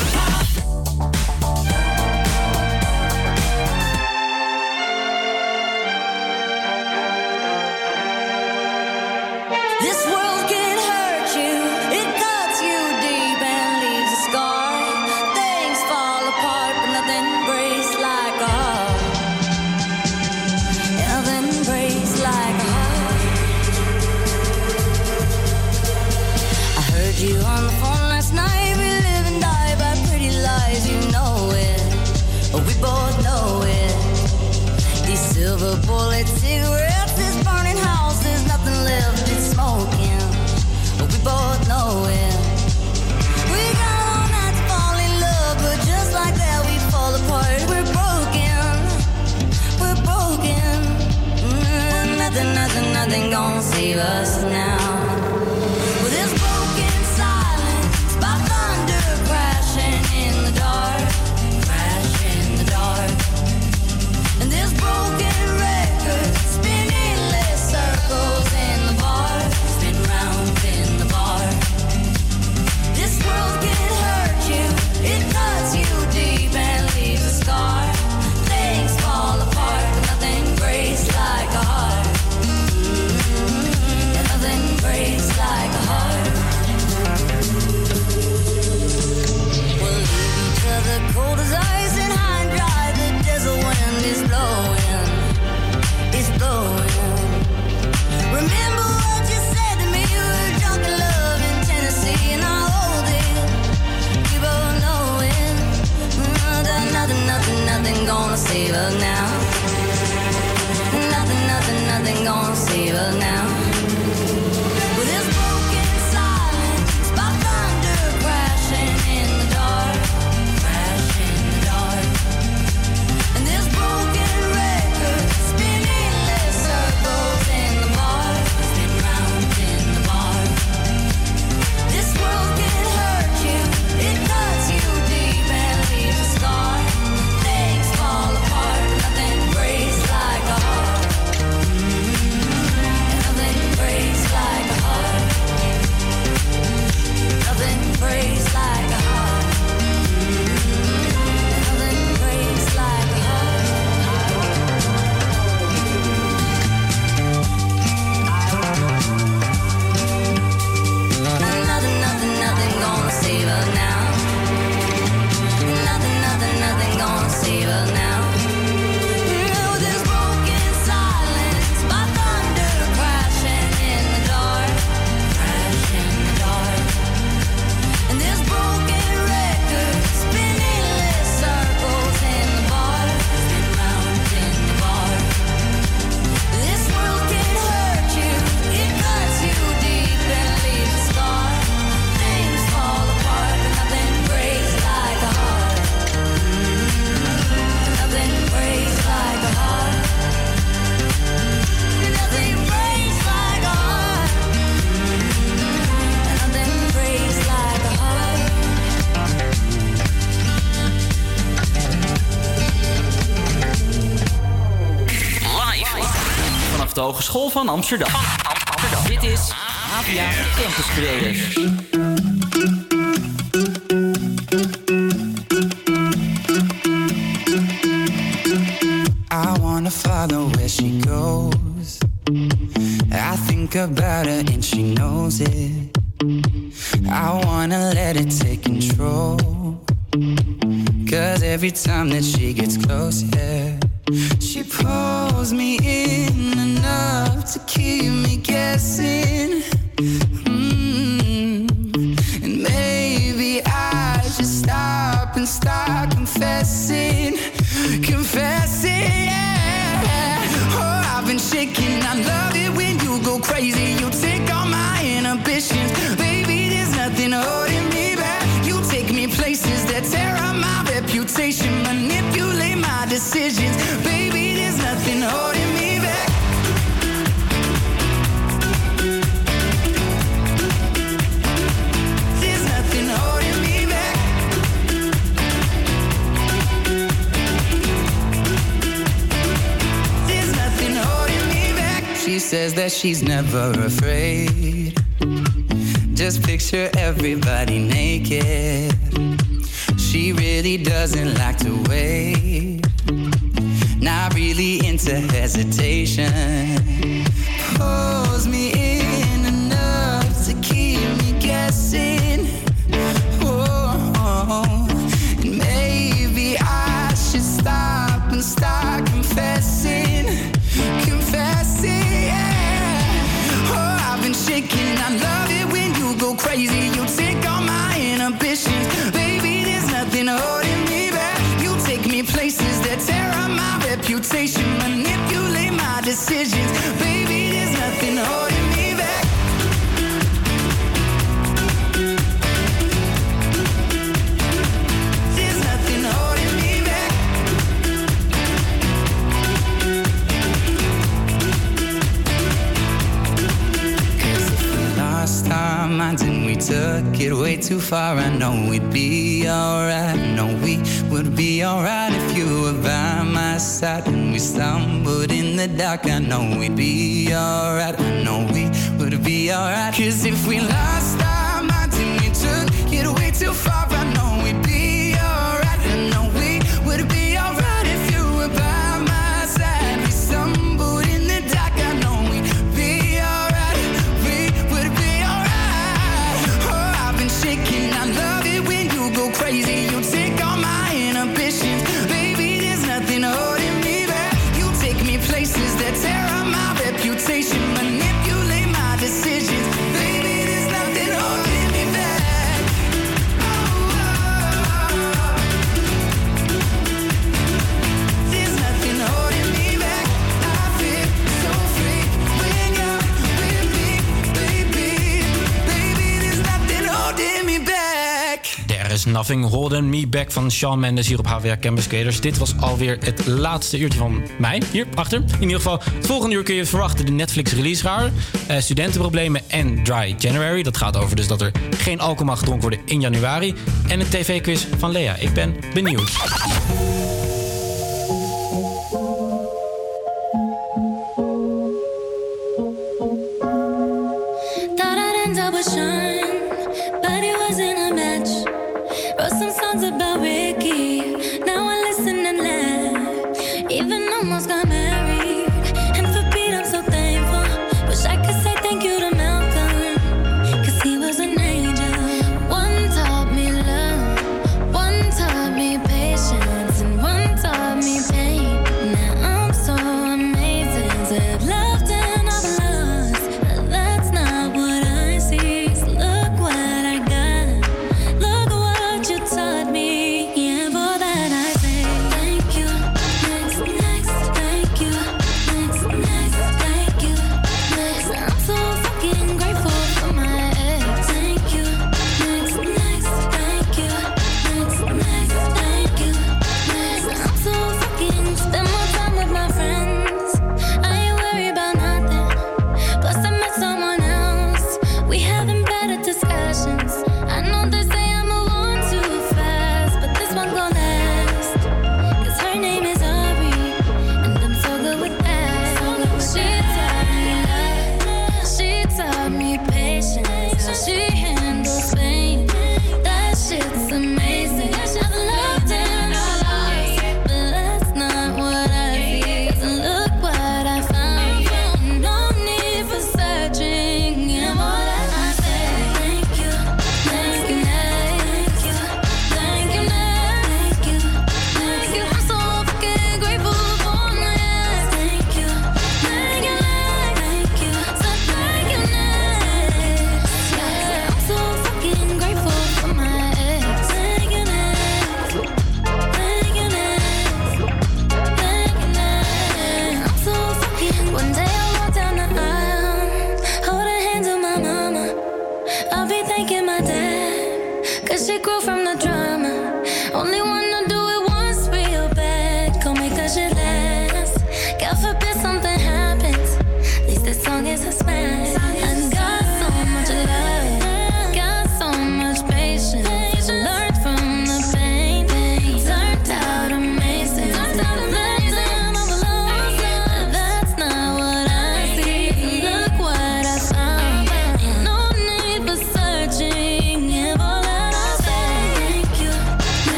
This world can hurt you, it cuts you deep and leaves a scar. Things fall apart, but nothing breaks like a heart. Nothing breaks like a heart. I heard you on the phone last night. We live and die by pretty lies, you know it. We both know it. These silver bullet cigarettes, this burning house, there's nothing left, it's smoking. We both know it. We got all night to fall in love, but just like that we fall apart. We're broken, we're broken. Mm, nothing, nothing, nothing gonna save us now. Well, this broken silence by thunder crashing in the dark, crash in the dark. And this broken record spinning endless circles in the bar, spin round in the bar. This world can hurt you, it cuts you deep and leaves a scar. Things fall apart, but nothing breaks like a heart. Mm-hmm. And nothing breaks like a heart. We'll leave each other cold as ice and high and dry. The desert wind is blowing, it's blowing. Remember what you said to me, we were drunk in love in Tennessee, and I hold it, we both know it. Nothing, nothing, nothing, nothing gonna save us now. Nothing, nothing, nothing gonna save us now. With this broken silence by thunder crashing in the dark, crash in the dark. And this broken record spinning endless circles in the bar, spin round in the bar. This world can hurt you, it cuts you deep and leaves a scar. Things fall apart, but nothing breaks like a heart. Mm-hmm. And nothing breaks like a heart. Nothing breaks like a heart. Mm-hmm. And nothing breaks like a heart. Nothing, nothing, nothing gonna save us now. Nothing, nothing, nothing gonna save us now. No, this broken silence by thunder crashing in the dark, crash in the dark. And this broken record spinning endless circles in the bar, spin round in the bar. This world can hurt you, it cuts you deep and leaves a scar. Things fall apart, but nothing breaks like a heart. Mm-hmm. Nothing breaks like a heart. Nothing breaks like a heart. Mm-hmm. Nothing breaks like a heart. Live vanaf de Hogeschool van Amsterdam. Dit is Havia Campus Creators. I wanna follow where she goes. I think about her and she knows it. I wanna let it take control. Cause every time that she gets close, yeah, she pulls me in enough to keep me guessing. Mm. And maybe I should stop and start confessing. Confessing, yeah. Oh, I've been shaking. I love it when you go crazy. You take all my inhibitions. Baby, there's nothing holding me back. You take me places that tear up my reputation. Manipulate my decisions. Baby, there's nothing holding me back. There's nothing says that she's never afraid. Just picture everybody naked. She really doesn't like to wait. Not really into hesitation. Pulls me in enough to keep me guessing. Oh, and maybe I should stop and start confessing. Confessing, yeah. Oh, I've been shaking. I love it when you go crazy. You take all my inhibitions. Baby, there's nothing holding me back. You take me places that tear up my reputation. Manipulate my decisions. Baby, there's nothing holding me back. There's nothing holding me back. Cause if we lost our minds and we took it way too far, I know we'd be alright. I know we would be alright if you were by my side. When we stumbled in the dark, I know we'd be alright. I know we would be alright. Cause if we lost our minds and we took it way too far, I know we'd be alright. I know we would be alright if you were by my side. We stumbled in the dark, I know we'd be alright. We would be alright. Oh, I've been shaking. I love it when you go crazy. You take all my inhibitions. Baby, there's nothing holding me back. You take me places that tear up my reputation. Manipulate my decisions. Baby, there's nothing holding me back. Oh, oh. There's nothing holding me back. I feel so free when you're with me, baby. Baby, there's nothing holding me back. There is Nothing Holding Me Back van Shawn Mendes hier op H V A Campus Creators. Dit was alweer het laatste uurtje van mij, hier achter. In ieder geval, het volgende uur kun je verwachten de Netflix release radar, uh, studentenproblemen en Dry January. Dat gaat over dus dat er geen alcohol mag gedronken worden in januari. En een tv-quiz van Lea. Ik ben benieuwd. Thought I'd end up with Sean, but it wasn't a match. Wrote some songs about Ricky, now I listen and laugh. Even almost got married, and for Pete I'm so thankful. Wish I could say thank you to Malcolm, cause he was an angel. One taught me love, one taught me patience.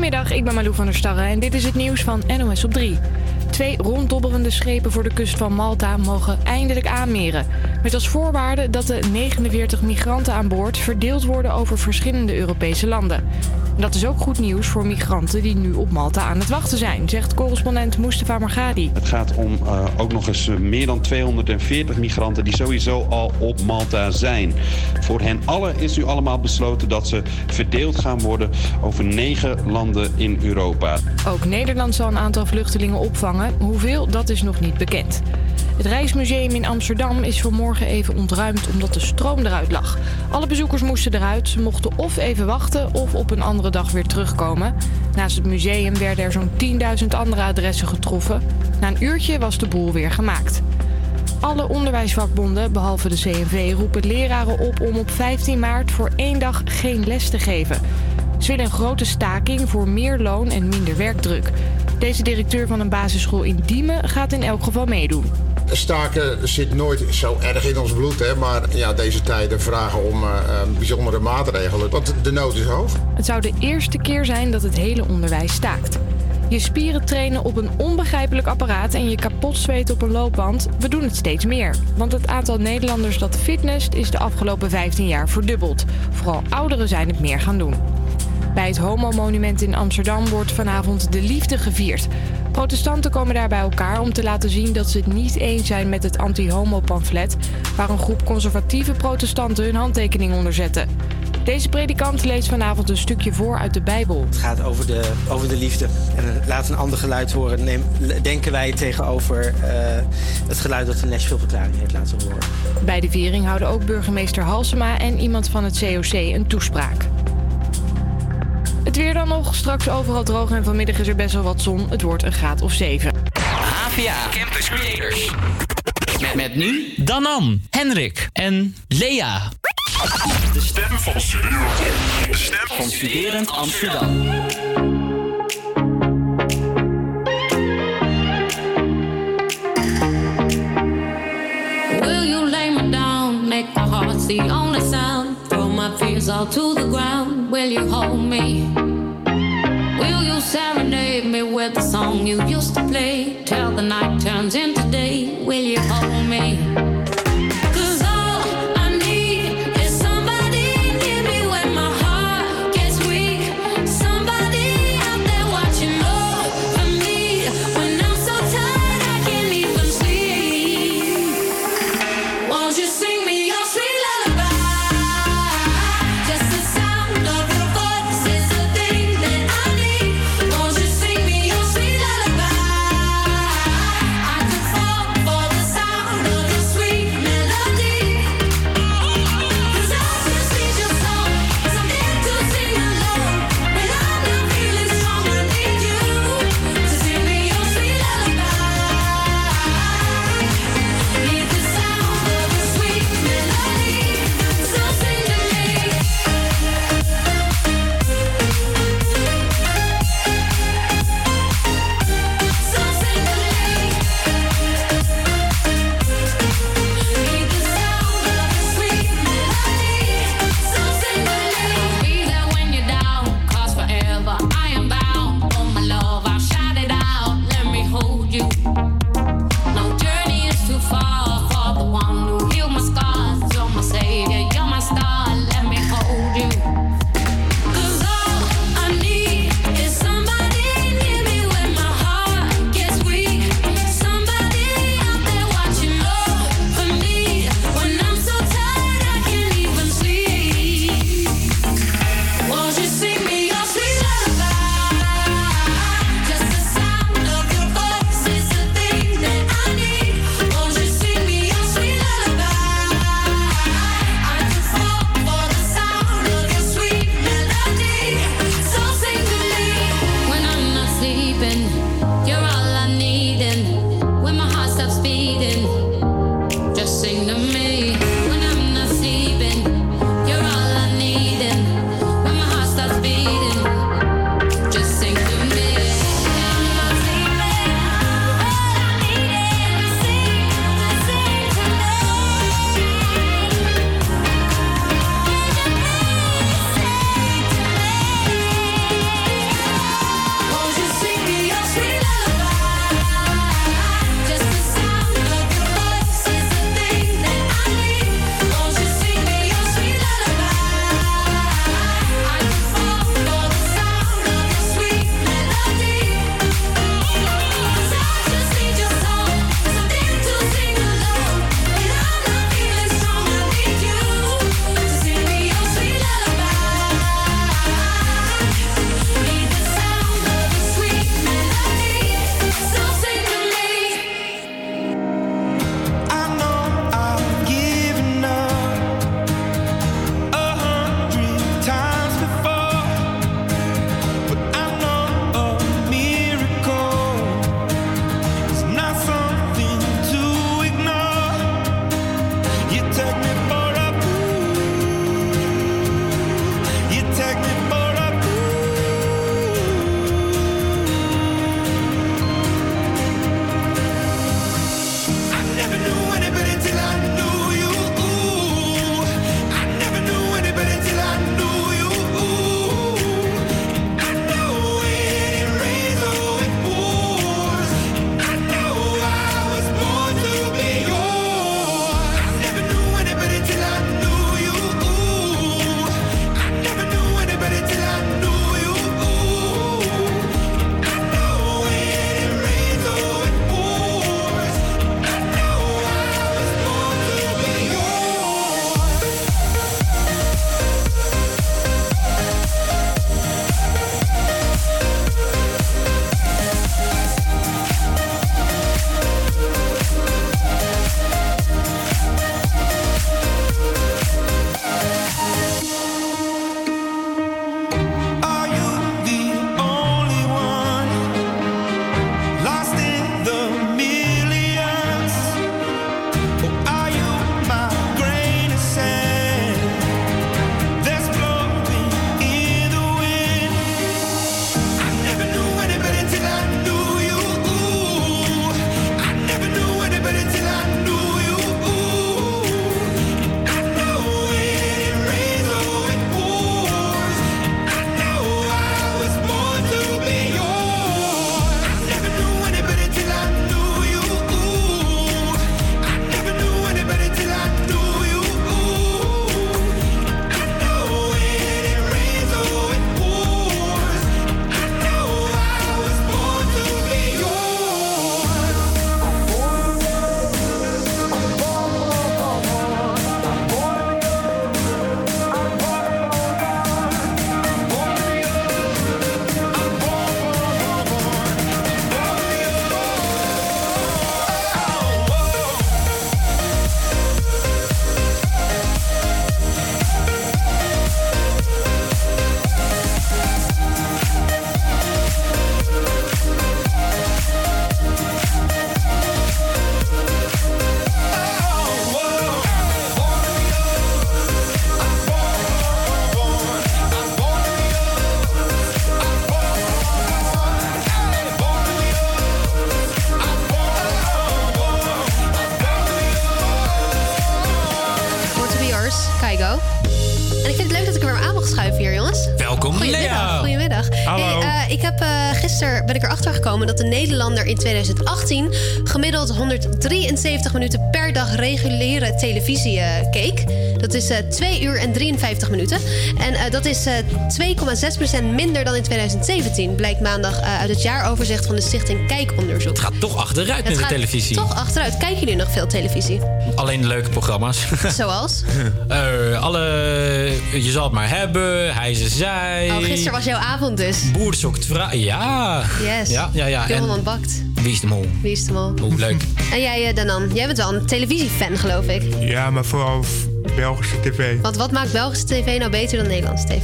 Goedemiddag, ik ben Malou van der Starre en dit is het nieuws van N O S op drie. Twee ronddobberende schepen voor de kust van Malta mogen eindelijk aanmeren. Met als voorwaarde dat de negenenveertig migranten aan boord verdeeld worden over verschillende Europese landen. En dat is ook goed nieuws voor migranten die nu op Malta aan het wachten zijn, zegt correspondent Mustafa Margadi. Het gaat om uh, ook nog eens meer dan tweehonderdveertig migranten die sowieso al op Malta zijn. Voor hen allen is nu allemaal besloten dat ze verdeeld gaan worden over negen landen in Europa. Ook Nederland zal een aantal vluchtelingen opvangen. Hoeveel, dat is nog niet bekend. Het Rijksmuseum in Amsterdam is vanmorgen even ontruimd omdat de stroom eruit lag. Alle bezoekers moesten eruit. Ze mochten of even wachten of op een andere dag weer terugkomen. Naast het museum werden er zo'n tienduizend andere adressen getroffen. Na een uurtje was de boel weer gemaakt. Alle onderwijsvakbonden, behalve de C N V, roepen leraren op om op vijftien maart voor één dag geen les te geven. Ze willen een grote staking voor meer loon en minder werkdruk. Deze directeur van een basisschool in Diemen gaat in elk geval meedoen. Staken zit nooit zo erg in ons bloed, hè? Maar ja, deze tijden vragen om uh, bijzondere maatregelen, want de nood is hoog. Het zou de eerste keer zijn dat het hele onderwijs staakt. Je spieren trainen op een onbegrijpelijk apparaat en je kapot zweten op een loopband. We doen het steeds meer. Want het aantal Nederlanders dat fitnesst is de afgelopen vijftien jaar verdubbeld. Vooral ouderen zijn het meer gaan doen. Bij het Homo-monument in Amsterdam wordt vanavond de liefde gevierd. Protestanten komen daar bij elkaar om te laten zien dat ze het niet eens zijn met het anti-homo-pamflet, waar een groep conservatieve protestanten hun handtekening onder zetten. Deze predikant leest vanavond een stukje voor uit de Bijbel. Het gaat over de, over de liefde. En laat een ander geluid horen. Neem, denken wij tegenover uh, het geluid dat de Nashville-verklaring heeft laten horen. Bij de viering houden ook burgemeester Halsema en iemand van het C O C een toespraak. Het weer dan nog. Straks overal droog en vanmiddag is er best wel wat zon. Het wordt een graad of zeven. H V A Campus Creators. Met, met nu Danan, Henrik en Lea. De stem van Studerend. De stem van Studerend Amsterdam. Will you lay me down, make my heart the only sound, throw my fears all to the ground, will you hold me? Will you serenade me with the song you used to play, till the night turns into day, will you hold me? Sweet never knew any better till I knew you. I never knew any better till I knew you. I know when it rains or it pours. I know I was born to be yours. I never knew any better till I knew you. I never knew any better till I knew you. I know when it rains or it pours. I know I was born to be yours. Are you the only one lost in the millions? Or are you my grain of sand that's blowing in the wind? I never knew any better till I knew you. I never knew any better till I knew you. I know when it rains or it pours. I know I was born to be yours. I never knew any better till I knew you. I never knew any better till I knew you. I know when it rains or it pours. I know I was born to be Born to be yours, Kaigo. En ik vind het leuk dat ik er weer aan mag schuiven hier, jongens. Welkom, Goedemiddag. Lea. Goedemiddag. Hallo. Hey, eh, ik heb uh, gisteren ben ik erachter gekomen dat de Nederlander in twintig achttien gemiddeld honderddrieënzeventig minuten per dag reguliere televisie uh, keek. Dat is uh, twee uur en drieënvijftig minuten. En uh, dat is uh, twee komma zes procent minder dan in twintig zeventien. Blijkt maandag uh, uit het jaaroverzicht van de Stichting Kijkonderzoek. Het gaat toch achteruit Het met de gaat televisie. toch achteruit. Kijken jullie nog veel televisie? Alleen de leuke programma's. Zoals? Eh, alle... Je zal het maar hebben. Hij, ze, zij. Oh, gisteren was jouw avond dus. Boer zoekt vrouw. Ja. Yes. Ja, ja, ja. Johan En ontbakt. wie is de mol? Wie is de mol? Oeh, leuk. En jij, uh, Danan, jij bent wel een televisiefan, geloof ik. Ja, maar vooral Belgische tv. Want wat maakt Belgische tv nou beter dan Nederlandse tv?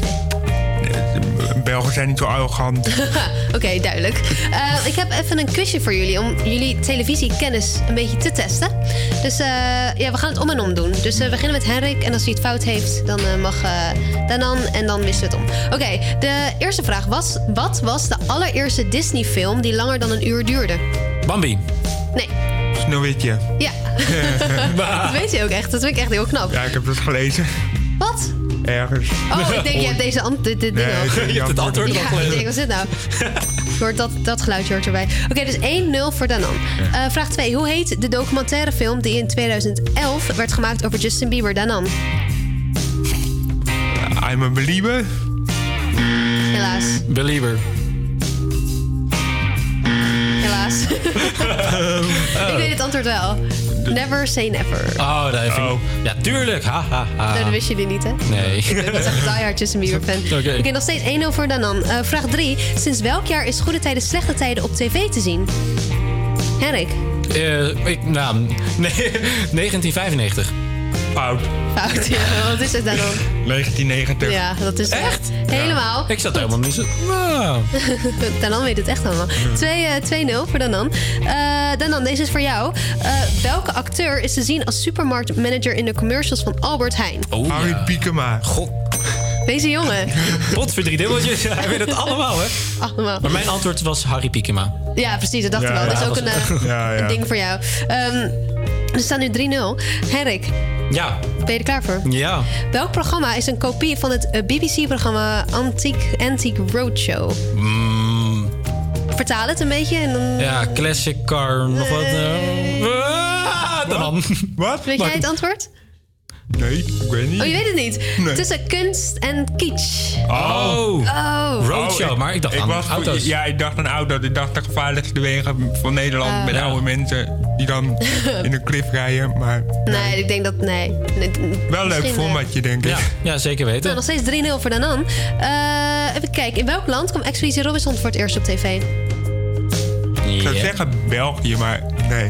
Belgen zijn niet zo arrogant. Oké, okay, duidelijk. Uh, ik heb even een quizje voor jullie om jullie televisiekennis een beetje te testen. Dus uh, ja, we gaan het om en om doen. Dus uh, we beginnen met Henrik en als hij het fout heeft, dan uh, mag uh, Danan en dan wisselen we het om. Oké, okay, de eerste vraag was: wat was de allereerste Disney-film die langer dan een uur duurde? Bambi. Nee. Sneeuwwitje. Ja. Dat weet je ook echt. Dat vind ik echt heel knap. Ja, ik heb dat gelezen. Wat? Ergens. Oh, ik denk, je hebt deze ant- dit, dit Nee, ding al. ik heb die het antwoord Ja, al ik gelezen. denk, wat is dit nou? Je hoort dat, dat geluidje hoort erbij. Oké, okay, dus één nul voor Danan. Uh, vraag twee. Hoe heet de documentaire film die in tweeduizend elf werd gemaakt over Justin Bieber? Danan. I'm a believer. Helaas. Believer. Helaas. Ik weet het antwoord wel. Never say never. Oh, dat vind ik... Ja, tuurlijk. Ha, ha, ha. Nee, dat wist jullie niet, hè? Nee. Ik ben niet echt diehard Justin Bieber fan. Oké, Oké. okay, nog steeds één nul voor Danan. Uh, vraag drie. Sinds welk jaar is Goede Tijden, Slechte Tijden op tv te zien? Henrik. Uh, ik, nou, nee, negentien vijfennegentig. Fout. Fout, ja. Wat is het dan? negentien negentig. Ja, dat is echt helemaal. Ik zat er helemaal niet zo... Wow. Danan weet het echt allemaal. twee nul voor Danan. Uh, Danan, deze is voor jou. Uh, welke acteur is te zien als supermarktmanager in de commercials van Albert Heijn? Oh, Harry ja. Piekema. God. Deze jongen. Pot voor drie dubbeltjes. Hij weet het allemaal, hè? Allemaal. Maar mijn antwoord was Harry Piekema. Ja, precies. Dat dacht ik Ja, wel. Dat is ja, ook was- een, uh, Ja, ja. een ding voor jou. Um, Er staat nu drie nul. Henrik, Ja. ben je er klaar voor? Ja. Welk programma is een kopie van het eh, B B C-programma Antique, Antique Roadshow? Mm, Vertaal het een beetje en dan... ja, classic car, nog wat. eh, ah, dan. Wat? Weet jij het antwoord? Nee, ik weet niet. Oh, je weet het niet? Nee. Tussen kunst en kitsch. Oh. Oh. Roadshow, ik- maar ik dacht ik aan was, auto's. Ja, ik dacht aan auto's. Ik dacht de gevaarlijkste wegen van Nederland Ah. met Ja. oude mensen die dan in een cliff rijden. Maar Nee, ik denk dat... Nee. Nee, wel een leuk misschien, eh, formatje, denk ik. Ja, ja zeker weten. Nou, nog steeds drie nul voor Danan. Eh even kijken. In welk land kwam Expeditie Robinson voor het eerst op tv? Ik zou zeggen België, maar nee.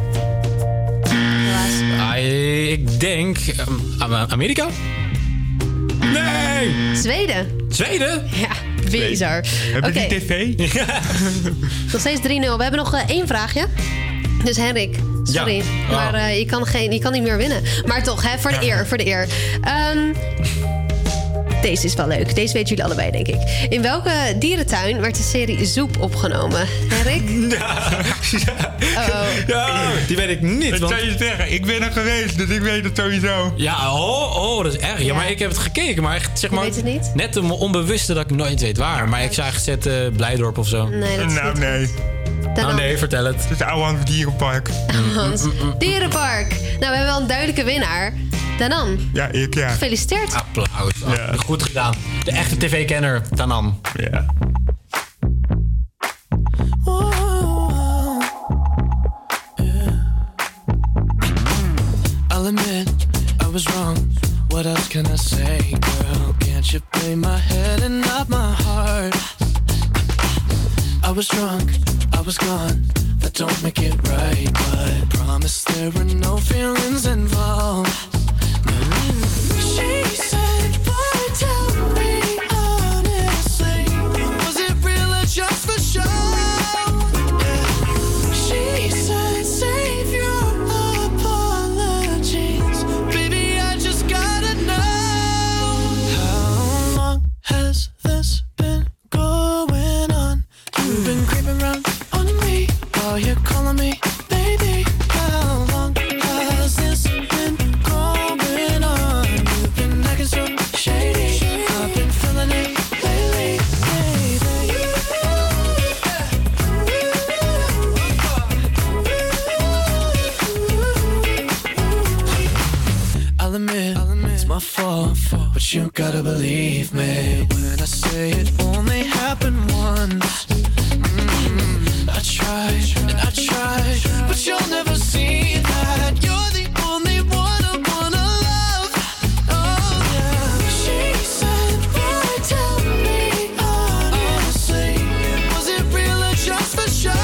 Ah, ik denk... ehm, Amerika? Nee! Zweden. Zweden? Ja, bizar. Hebben Oké, die tv? nog steeds drie nul. We hebben nog eh, één vraagje. Dus Henrik, sorry. Ja. Maar Oh. eh, je, kan geen, je kan niet meer winnen. Maar toch, hè, voor de eer. Voor de eer. Ehm, deze is wel leuk. Deze weten jullie allebei, denk ik. In welke dierentuin werd de serie Zoep opgenomen? Henrik? Oh. Ja, die weet ik niet. Wat Want... zou je zeggen? Ik ben er geweest, dus ik weet het sowieso. Ja, oh, oh, dat is erg. Ja, maar ik heb het gekeken, maar echt, zeg Je maar... weet het niet? Net een onbewuste dat ik nooit weet waar. Maar ik zou echt zetten Blijdorp of zo. Nee, dat is Nou, niet nee. Dan Nou, nee, vertel het. Het is Ouwehand Dierenpark. Hans. Dierenpark. Nou, we hebben wel een duidelijke winnaar. Danan, Ja, ik ja. gefeliciteerd. Applaus. Oh, goed gedaan. De echte tv-kenner, Danan. Ja. I'll admit I was wrong. What else can I say, girl? Can't you play my head and not my heart? I was drunk, I was gone. That don't make it right, but promise there were no feelings involved. She said, boy, tell me honestly, was it real or just for show? She said, save your apologies. Baby, I just gotta know. How long has this been going on? You've been creeping around on me while you're calling me baby. How long has this been going on? You've been acting so shady. I've been feeling it lately, baby. I'll admit, it's my fault, but you gotta believe me when I say it only happened once. Mm, I tried and I tried, but you'll never see that. You're the only one I wanna love. Oh yeah. She said, boy, tell me honestly, was it real or just for show?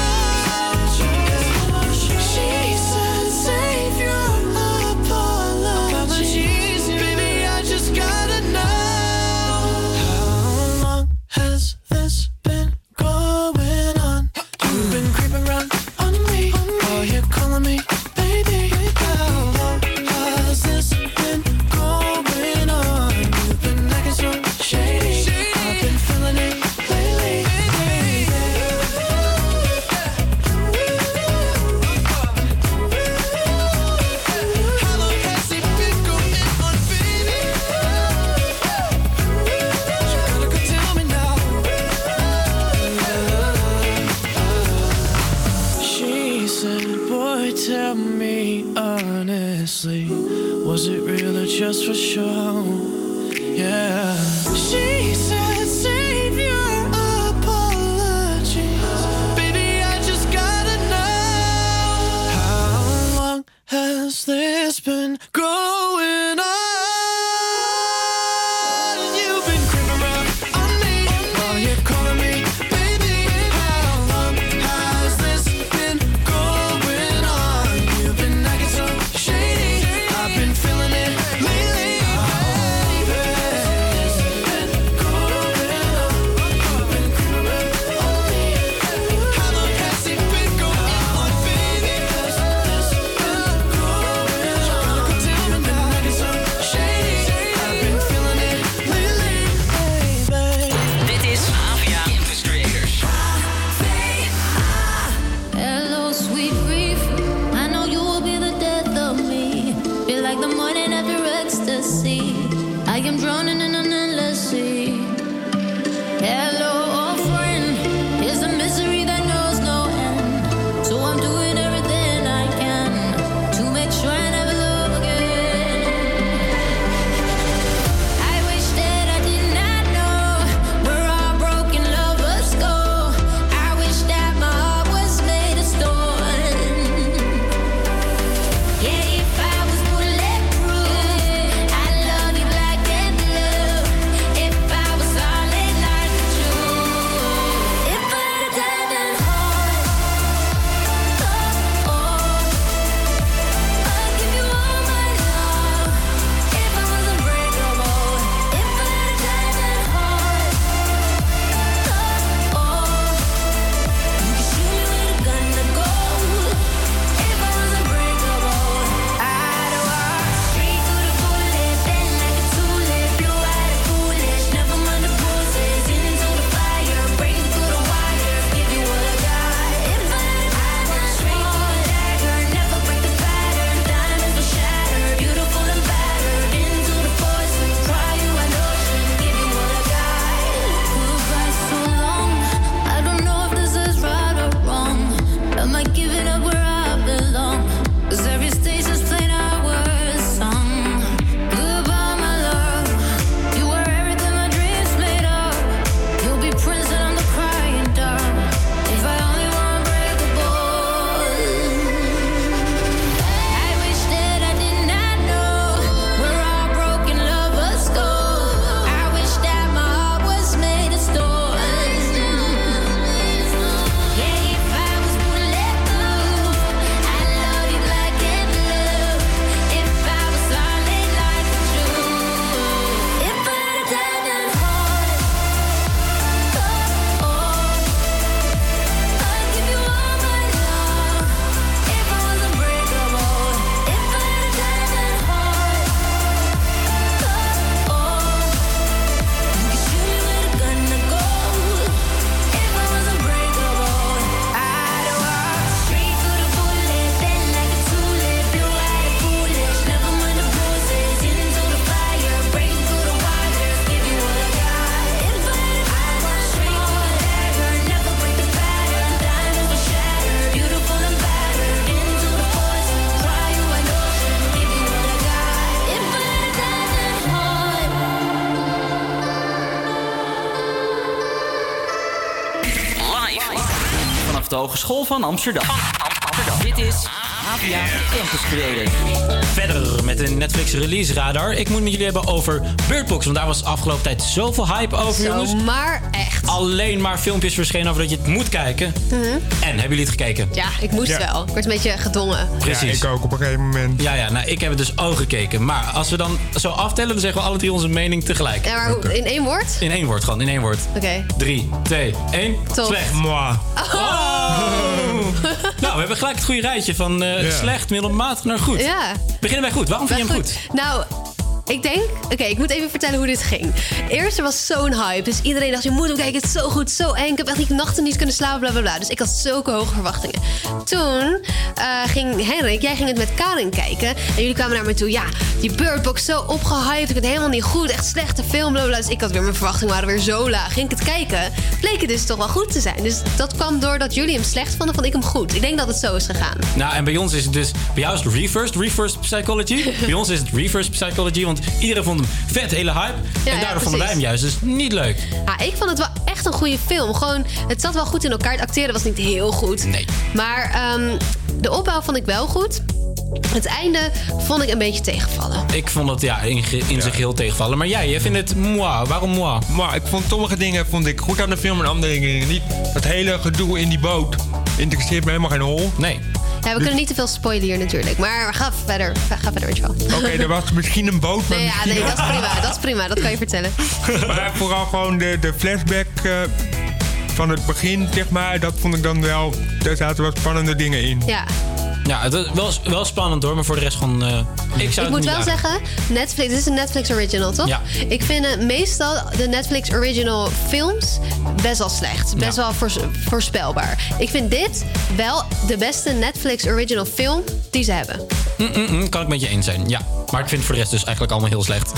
She said, save your apologies. Baby, I just gotta know. How long has this been going on? You've been creeping around on me while you're calling me baby. How long has this been going on? You've been acting so shady. I've been feeling it lately, baby. How long has it been going on, baby? You gotta go tell me now. She said, boy, tell me honestly, was it real or just for show? Yeah. She said, save your apologies. Baby, I just gotta know. How long has this been going on? You've been creeping around on me while you're calling me baby. How long has this been going on? You've been acting so shady. I've been feeling it lately, baby. It's been going on. You've been creeping around on me. How long has it been going on, baby? Has this been going on? Tell me drowning in an endless sea. Hello, old friend. Here's a misery that knows no end. So I'm doing everything I can to make sure I never love again. I wish that I did not know where our broken lovers go. I wish that my heart was made of stone. Yeah, if I was bulletproof, I'd love you black and blue. If I was solid like a Jew, if I had a diamond heart, oh, oh, I'd give you all my love. If I was unbreakable, if I had a diamond heart, oh, oh, you could shoot me with a gun to go. If I was unbreakable, I'd walk straight through the bullet, bend like a tulip, blue-eyed and foolish, never mind the bruises, into the fire, breaking through the wires, give you what I got. If I had a straight to the dagger, never break the pattern, diamonds will shatter, beautiful and battered, into the force, cry you an ocean, give you what I got. Goodbye so long, I don't know if this is right or wrong. Am I giving up where I belong? 'Cause every station's playing our song. Goodbye, my love. You were everything my dreams made of. You'll be Prince and I'm the crying dove. If I only were unbreakable. I wish that I did not know where our broken lovers go. I wish that my heart was made of stone. Yeah, if I was bulletproof, I'd love you black and blue. If I was solid like a Jew, if I had a diamond heart, oh, oh, I'd give you all my love. If I was unbreakable, if I had a diamond heart, oh, oh, you could shoot me with a gun to go. If I was unbreakable, I'd walk straight through the bullet, bend like a tulip, blue-eyed and foolish, never mind the bruises, into the fire, breaking through the wires, give you what I got. If I had a straight to the dagger, never break the pattern, diamonds will shatter, beautiful and battered, into the force, cry you an ocean, give you what I got. If I had a diamond heart. Live vanaf de Hogeschool van Amsterdam. Dit is Havia Campus Creators. Verder met een Netflix release radar. Ik moet met jullie hebben over Bird Box. Want daar was de afgelopen tijd zoveel hype over, Zo, jongens. maar echt. Alleen maar filmpjes verschenen over dat je het moet kijken. Mhm. En, hebben jullie het gekeken? Ja, ik moest Ja. wel. Ik werd een beetje gedwongen. Precies. Ja, ik ook op een gegeven moment. Ja, ja, nou, ik heb het dus ook gekeken. Maar als we dan zo aftellen, dan zeggen we alle drie onze mening tegelijk. Ja, maar hoe- in één woord? In één woord, gewoon. In één woord. Oké. Drie, twee, één. Tof. Slecht. Mwah. Nou, we hebben gelijk het goede rijtje van eh, Ja. slecht, middelmatig naar goed. Ja. Beginnen wij goed. Waarom vind je hem goed? Nou, ik denk... Oké, ik moet even vertellen hoe dit ging. Eerst er was zo'n hype. Dus iedereen dacht, je moet hem kijken. Het is zo goed, zo eng. Ik heb echt die nachten niet kunnen slapen, bla, bla, bla. Dus ik had zulke hoge verwachtingen. Toen eh, ging Henrik, jij ging het met Karin kijken. En jullie kwamen naar me toe. Ja, die Bird Box zo opgehyped. Ik vind het helemaal niet goed. Echt slechte film, bla, bla. Dus ik had weer, mijn verwachtingen waren weer zo laag. Ging ik het kijken, bleek het dus toch wel goed te zijn. Dus dat kwam doordat jullie hem slecht vonden, vond ik hem goed. Ik denk dat het zo is gegaan. Nou, en bij ons is het dus... Bij jou is het reversed, reversed psychology. Bij ons is het reversed psychology, want iedereen vond hem vet, hele hype. Ja, en ja, daardoor vonden wij hem precies. juist dus niet leuk. Ja, ik vond het wel echt een goede film. Gewoon, het zat wel goed in elkaar. Het acteren was niet heel goed. Nee. Maar ehm, de opbouw vond ik wel goed. Het einde vond ik een beetje tegenvallen. Ik vond het ja, in, ge- in zijn geheel tegenvallen. Maar jij, jij vindt het moi. Waarom moi? Maar ik vond sommige dingen vond ik goed aan de film en andere dingen niet. Dat hele gedoe in die boot interesseert me helemaal geen hol. Nee. Ja, we kunnen niet te veel spoilen hier natuurlijk. Maar ga verder, ga verder met je wel. Oké, er was misschien een boot, maar Nee, ja, misschien nee, ook- dat is prima. Dat is prima, dat kan je vertellen. Maar vooral gewoon de, de flashback eh, van het begin, zeg maar. Dat vond ik dan wel... Daar zaten wat spannende dingen in. Ja. Ja, het is wel, wel spannend hoor, maar voor de rest gewoon... Uh, ik zou ik het moet niet wel aan. zeggen, Netflix, dit is een Netflix original, toch? Ja. Ik vind uh, meestal de Netflix original films best wel slecht. Best Ja. wel voors- voorspelbaar. Ik vind dit wel de beste Netflix original film die ze hebben. Mm-mm-mm, kan ik met je eens zijn, ja. Maar ik vind het voor de rest dus eigenlijk allemaal heel slecht.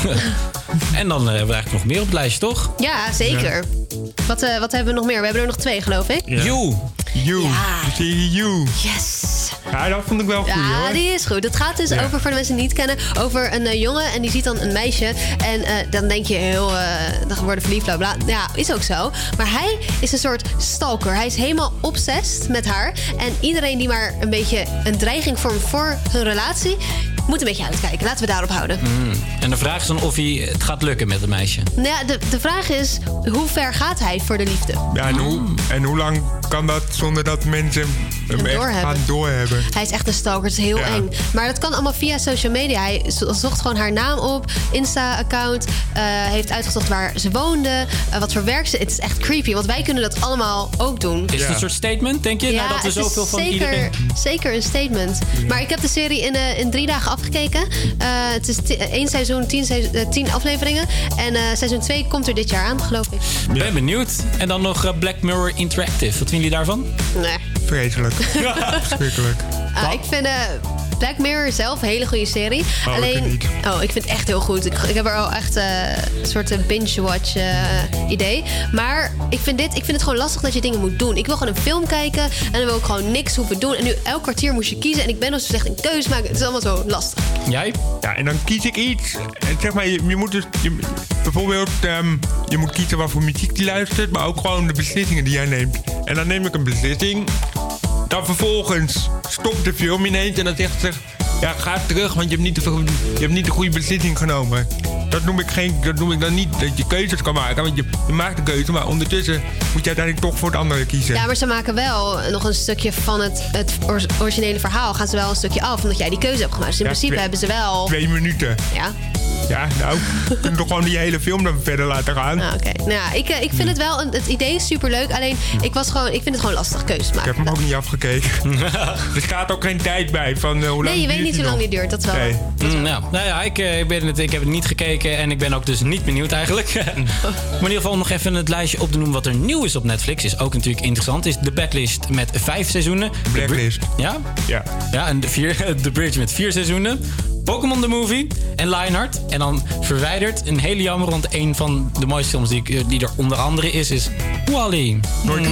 En dan uh, hebben we eigenlijk nog meer op het lijstje, toch? Ja, zeker. Wat, uh, wat hebben we nog meer? We hebben er nog twee, geloof ik. Ja. You. You. Ja. De serie You. Yes. Ja, dat vond ik wel goed, Ja, hoor. die is goed. Het gaat dus Ja. over, voor de mensen die het niet kennen, over een uh, jongen en die ziet dan een meisje. En uh, dan denk je heel, uh, dan worden verliefd, bla bla. Ja, is ook zo. Maar hij is een soort stalker. Hij is helemaal obsessed met haar. En iedereen die maar een beetje een dreiging vormt voor hun relatie, moet een beetje uitkijken. Laten we daarop houden. Mm. En de vraag is dan of hij, het gaat lukken met een meisje. Nou ja, de, de vraag is, hoe ver gaat hij voor de liefde? Ja, en, hoe, en hoe lang kan dat zonder dat mensen hem echt doorhebben. gaan doorhebben? Hij is echt een stalker, het is heel Ja. eng. Maar dat kan allemaal via social media. Hij zo- zocht gewoon haar naam op, Insta-account. Uh, heeft uitgezocht waar ze woonde, uh, wat voor werk ze. Het is echt creepy, want wij kunnen dat allemaal ook doen. Is het een soort statement, denk je? Ja, Nadat we het is zoveel van zeker, iedereen... zeker een statement. Maar ik heb de serie in, uh, in drie dagen afgekeken. Uh, het is ti- één seizoen, tien, seizoen, uh, tien afleveringen. En uh, seizoen twee komt er dit jaar aan, geloof ik. Ik ben benieuwd. En dan nog uh, Black Mirror Interactive. Wat vinden jullie daarvan? Nee. Vreselijk. Verschrikkelijk. Ah, ik vind uh, Black Mirror zelf een hele goede serie. Oh, Alleen, ik niet. oh, ik vind het echt heel goed. Ik, ik heb er al echt uh, een soort uh, binge-watch uh, idee. Maar ik vind, dit, ik vind het gewoon lastig dat je dingen moet doen. Ik wil gewoon een film kijken en dan wil ik gewoon niks hoeven doen. En nu elk kwartier moest je kiezen en ik ben nog zo slecht in keuze maken. Het is allemaal zo lastig. Jij? Ja, en dan kies ik iets. En zeg maar, je, je moet dus... Je, bijvoorbeeld, um, je moet kiezen wat voor muziek je luistert, maar ook gewoon de beslissingen die jij neemt. En dan neem ik een beslissing. Dan vervolgens stopt de film ineens en dan zegt ze... Ja, ga terug, want je hebt niet de, je hebt niet de goede beslissing genomen. Dat noem ik, geen, dat noem ik dan niet dat je keuzes kan maken. Want je, je maakt een keuze, maar ondertussen moet je uiteindelijk toch voor het andere kiezen. Ja, maar ze maken wel nog een stukje van het, het or- originele verhaal. Gaan ze wel een stukje af, omdat jij die keuze hebt gemaakt. Dus in Ja, principe twee- hebben ze wel... Twee minuten. Ja. Ja, nou, we kunnen toch gewoon die hele film dan verder laten gaan. Ah, Oké, nou ja, ik, eh, ik vind het wel, een- het idee is superleuk. Alleen, ik, was gewoon, ik vind het gewoon lastig keuzes Ik maken. heb hem ook niet afgekeken. Er staat ook geen tijd bij van uh, hoe lang Nee, je weet duurt niet die hoe lang nog? die duurt, dat is wel. Nee. Mm, nou, nou ja, ik, eh, ik, ben het, ik heb het niet gekeken en ik ben ook dus niet benieuwd eigenlijk. Maar in ieder geval nog even het lijstje op te noemen wat er nieuw is op Netflix. Is ook natuurlijk interessant. Is The Blacklist met vijf seizoenen. Blacklist. Ja? Ja. Ja, en de vier, The Bridge met vier seizoenen. Pokémon The Movie en Lionheart. En dan verwijderd, een hele jammer, want een van de mooiste films die, ik- die er onder andere is, is Wall-E. Nooit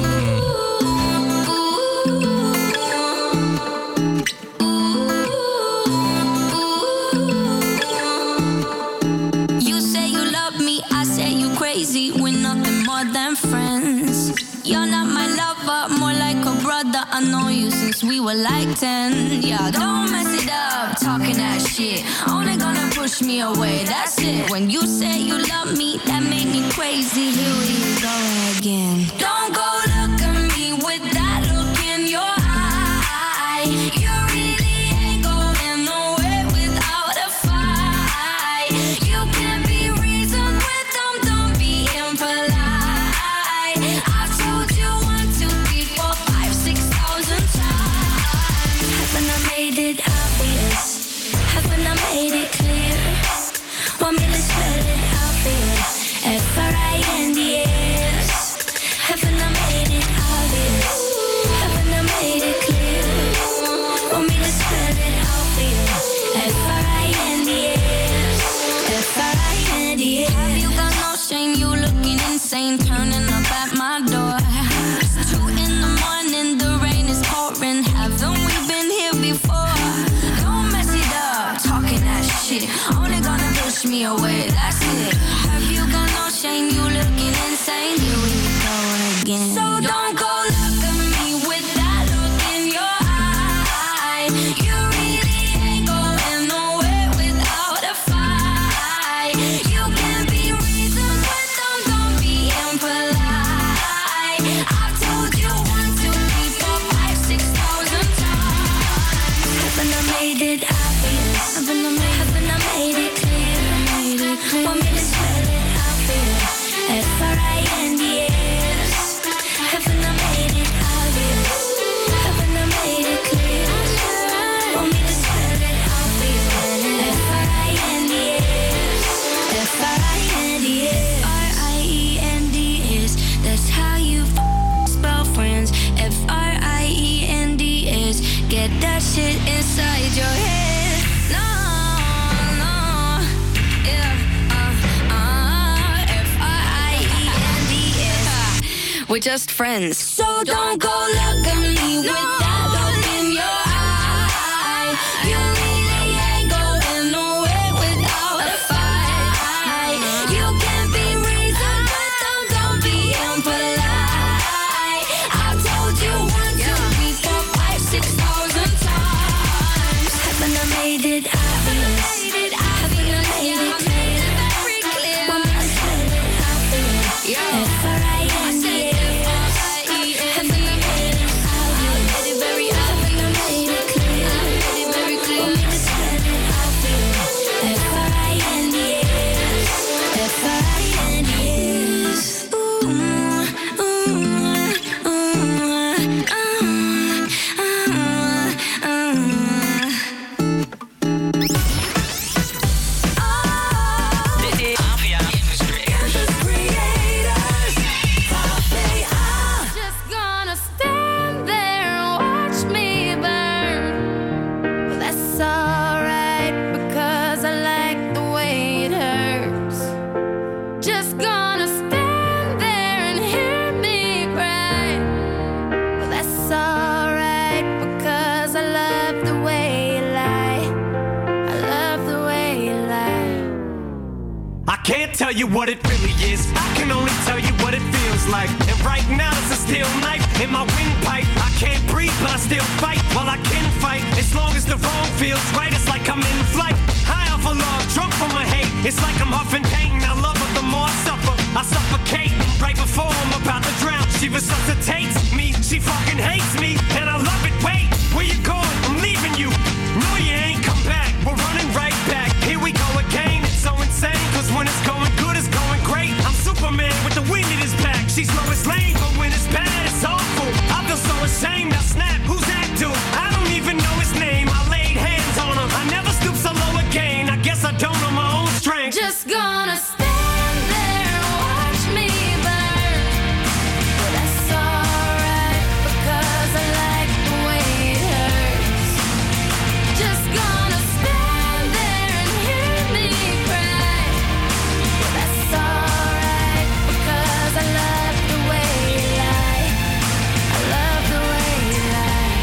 You say you love me, I say you crazy. We're nothing more than friends. You're not my lover, more like a brother. I know you since we were like ten. Yeah, don't mess it up, talking that shit. Only gonna push me away, that's it. When you say you love me, that made me crazy. Here we go again. Don't go look at me with that look in your eye. You really ain't going nowhere without a fight. You can be reasoned with them, don't be impolite. I've told you one, two, three, four, five, six thousand times. Haven't I made it obvious? Haven't I made it clear? Want me to spell it out for you? F R I N D S. Haven't I made it obvious? Haven't I made it clear? Want me to spell it out for you? F R I N D S. F R I N D S. Have you got no shame? You looking insane, turning up at my door. It's two in the morning, the rain is pouring. Haven't we been here before? Don't mess it up, talking that shit. Only gonna push me away, that's it. Have you got no shame? You looking insane. Here we go again. So don't go look at me with that look in your eye. You really ain't going nowhere without a fight. You can be reasoned with them, don't be impolite. I've told you one, two, three, four, five, six thousand times. Haven't I made it obvious? Haven't I made, haven't I made it clear? Want me to spell it out for you? We're just friends. So don't go look at me with that look in your eye. You really ain't going nowhere without a fight. You can be reasoned, but don't, don't be impolite. I told you one, two, three, four, five, six thousand times. Haven't I made it obvious? Haven't I made it clear? Want me to spell it obvious? F R I N D S. Tell you what it really is. I can only tell you what it feels like. And right now it's a steel knife in my windpipe. I can't breathe, but I still fight. While I can fight, as long as the wrong feels right, it's like I'm in flight. High off of love, drunk from my hate. It's like I'm huffing pain. I love her the more I suffer. I suffocate right before I'm about to drown. She resuscitates me. She fucking hates me, and I love it. Wait, where you going? I'm leaving you. No, you ain't come back. We're running right back. Here we go again. It's so insane, cause when it's going good, it's going great. I'm Superman with the wind in his back. She's Lois Lane, but when it's bad, it's awful. I feel so ashamed. I snap. Who's that dude? I don't even know his name. I laid hands on him. I never stoop so low again. I guess I don't know my own strength. Just gonna stand there and watch me burn. But that's alright, because I like the way it hurts. Just gonna stand there and hear me cry. But that's alright, because I love the way you lie. I love the way you lie.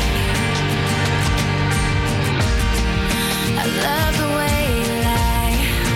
I love the way you lie.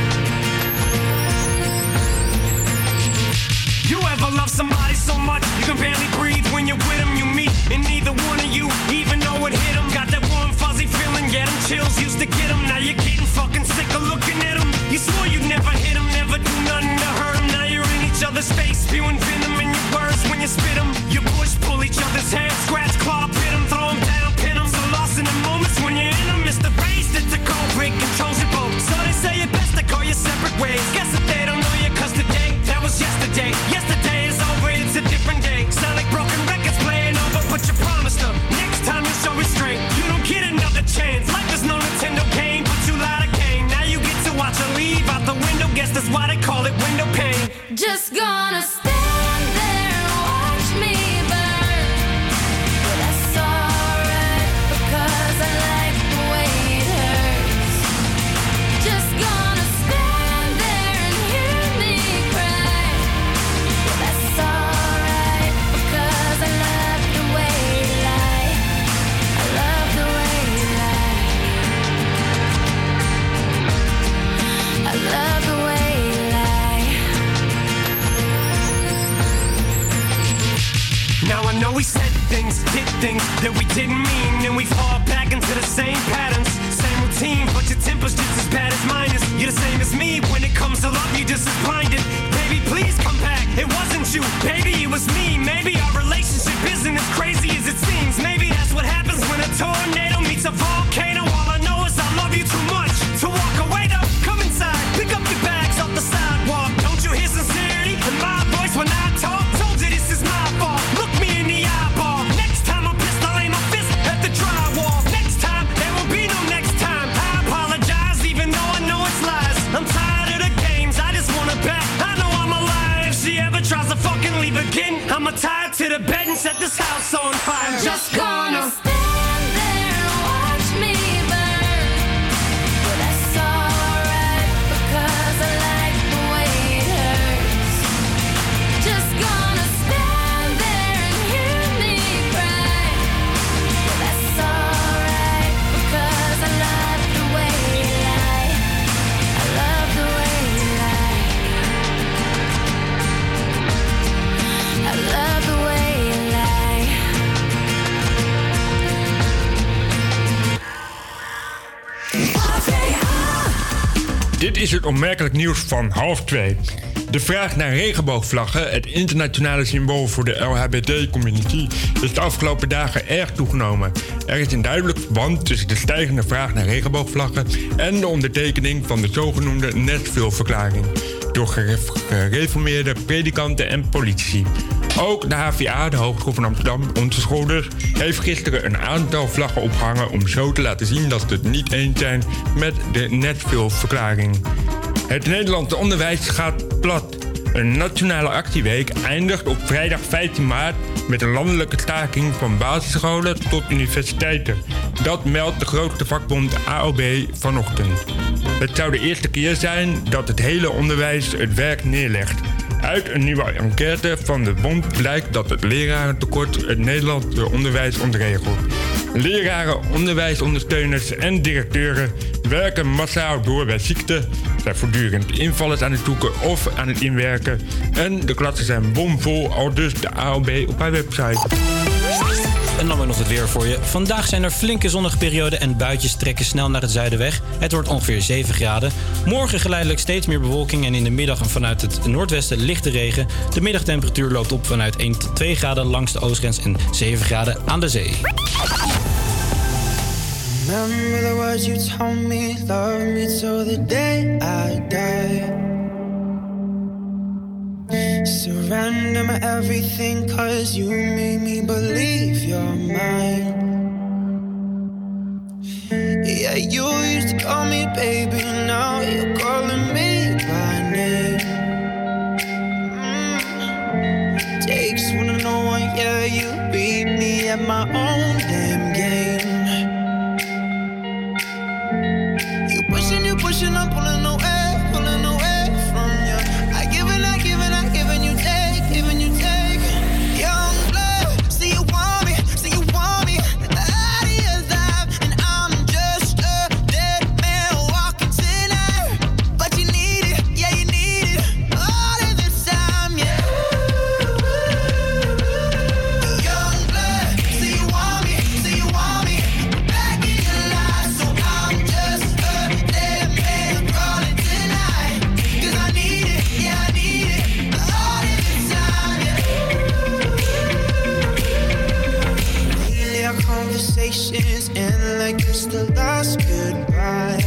You ever love somebody so much you can barely breathe when you're with them? You meet, and neither one of you even know it hit them. Got that warm fuzzy feeling, yeah, them chills used to get them. Now you're getting fucking sick of looking at them. You swore you'd never hit them, never do nothing to hurt them. Now you're in each other's face, spewing venom in your words when you spit them. You push, pull each other's hair, scratch, claw, pit them, throw them down, pin them. So lost in the moments when you're in them, it's the race that's a cold break, controls your boat. So they say it best to go your separate ways. Guess that they don't know you, cause today, that was yesterday. Yesterday is over, it's a different day. Sound like broken records playing over, but you promised them next time you show restraint. You don't get another chance. Life is no Nintendo game, but you lied again. Now you get to watch her leave out the window. Guess that's why they call it window pane. Just gonna stand there and watch me burn. But that's alright, because I like the way it hurts. Just gonna stand there and hear me cry. But that's alright, because I love the way you lie. I love the way you lie. I love the way you lie. Now I know we said things, did things that we didn't mean, and we fall back into the same patterns, same routine, but your temper's just as bad as mine is. You're the same as me when it comes to love, you're just as blinded. Baby, please come back, it wasn't you, baby, it was me. Maybe our relationship isn't as crazy as it seems. Maybe that's what happens when a tornado meets a volcano. All I know is I love you too much to walk away though. Come inside, pick up your bags off the sidewalk. Don't you hear sincerity in my voice when I talk? Told you this is my fault, look me in the eyeball. Next time I'm pissed, I'll aim my fist at the drywall. Next time, there won't be no next time. I apologize even though I know it's lies. I'm tired of the games, I just wanna bet I know I'm alive. If she ever tries to fucking leave again, I'ma tie her to the bed and set this house on fire. I'm just gonna stand there and watch me burn. But that's alright, because I like the way it hurts. Just gonna stand there Dit is het opmerkelijk nieuws van half twee. De vraag naar regenboogvlaggen, het internationale symbool voor de L H B T-community, is de afgelopen dagen erg toegenomen. Er is een duidelijk verband tussen de stijgende vraag naar regenboogvlaggen en de ondertekening van de zogenoemde Nashville-verklaring door gere- gereformeerde predikanten en politici. Ook de H V A, de Hogeschool van Amsterdam, onze school dus, heeft gisteren een aantal vlaggen opgehangen om zo te laten zien dat ze het niet eens zijn met de Nashville-verklaring. Het Nederlandse onderwijs gaat plat. Een nationale actieweek eindigt op vrijdag vijftien maart met een landelijke staking van basisscholen tot universiteiten. Dat meldt de grootste vakbond A O B vanochtend. Het zou de eerste keer zijn dat het hele onderwijs het werk neerlegt. Uit een nieuwe enquête van de bond blijkt dat het lerarentekort het Nederlandse onderwijs ontregelt. Leraren, onderwijsondersteuners en directeuren werken massaal door bij ziekte, zijn voortdurend invallers aan het zoeken of aan het inwerken en de klassen zijn bomvol, al dus de A O B op haar website. En dan weer nog het weer voor je. Vandaag zijn er flinke zonnige perioden en buitjes trekken snel naar het zuiden weg. Het wordt ongeveer zeven graden. Morgen geleidelijk steeds meer bewolking en in de middag en vanuit het noordwesten lichte regen. De middagtemperatuur loopt op vanuit één tot twee graden langs de oostgrens en zeven graden aan de zee. Remember the words you told me, love me till the day I die. Surrender my everything, cause you made me believe you're mine. Yeah, you used to call me baby, now you're calling me by name. Mm. Takes one to know one, yeah, you beat me at my own damn game. You pushing, you pushing, I'm pulling away, pulling away from you. I give it, I give it, I give it, you take, giving you take. Young blood, see you want me, see you want me. Out of your life, and I'm just a dead man walking tonight. But you need it, yeah, you need it, all of the time, yeah. Young blood, see you want me, see you want me. Back in your life, so I'm just a dead man crawling tonight. Cause I need it, yeah, I need it, all of the time, yeah. Lately our conversations end like it's the last goodbye.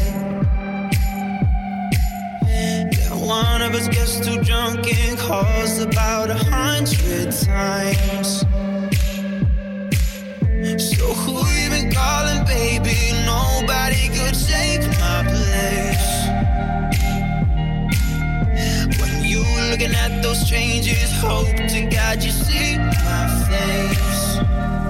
Yeah, one of us gets too drunk and calls about a hundred times. So who you been calling, baby? Nobody could take my place. When you looking at those strangers, hope to God you see my face.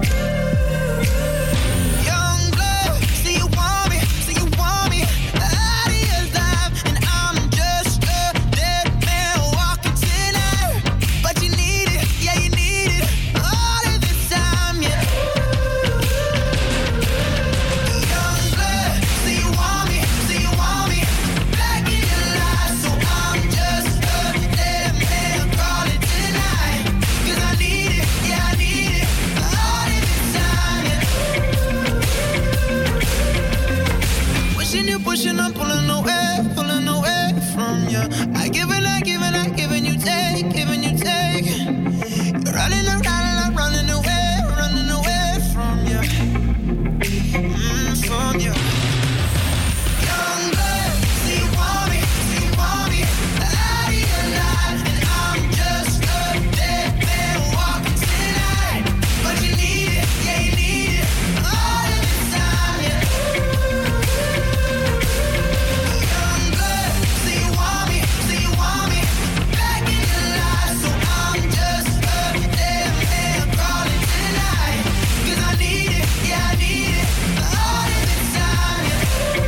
Young blood, see you want me, see you want me. Out of your life, and I'm just a dead man walking tonight. But you need it, yeah, you need it, all of the time, yeah. Young blood, see you want me, see you want me. Back in your life, so I'm just a dead man crawling tonight. Cause I need it, yeah, I need it, all of the time, yeah. Pushing you, pushing, I'm pulling away, pulling away from you. I give it, I give it, I give it, you take, giving you take. You're running around and I'm running away, running away from you. Mm, from you. Young blood, see you want me, see you want me. Out of your life, and I'm just a dead man walking tonight. But you need it, yeah, you need it, all of the time, yeah. Young blood, see you want me, see you want me. Back in your life, so I'm just a dead man crawling tonight. Cause I need it, yeah, I need it, all of the time, yeah.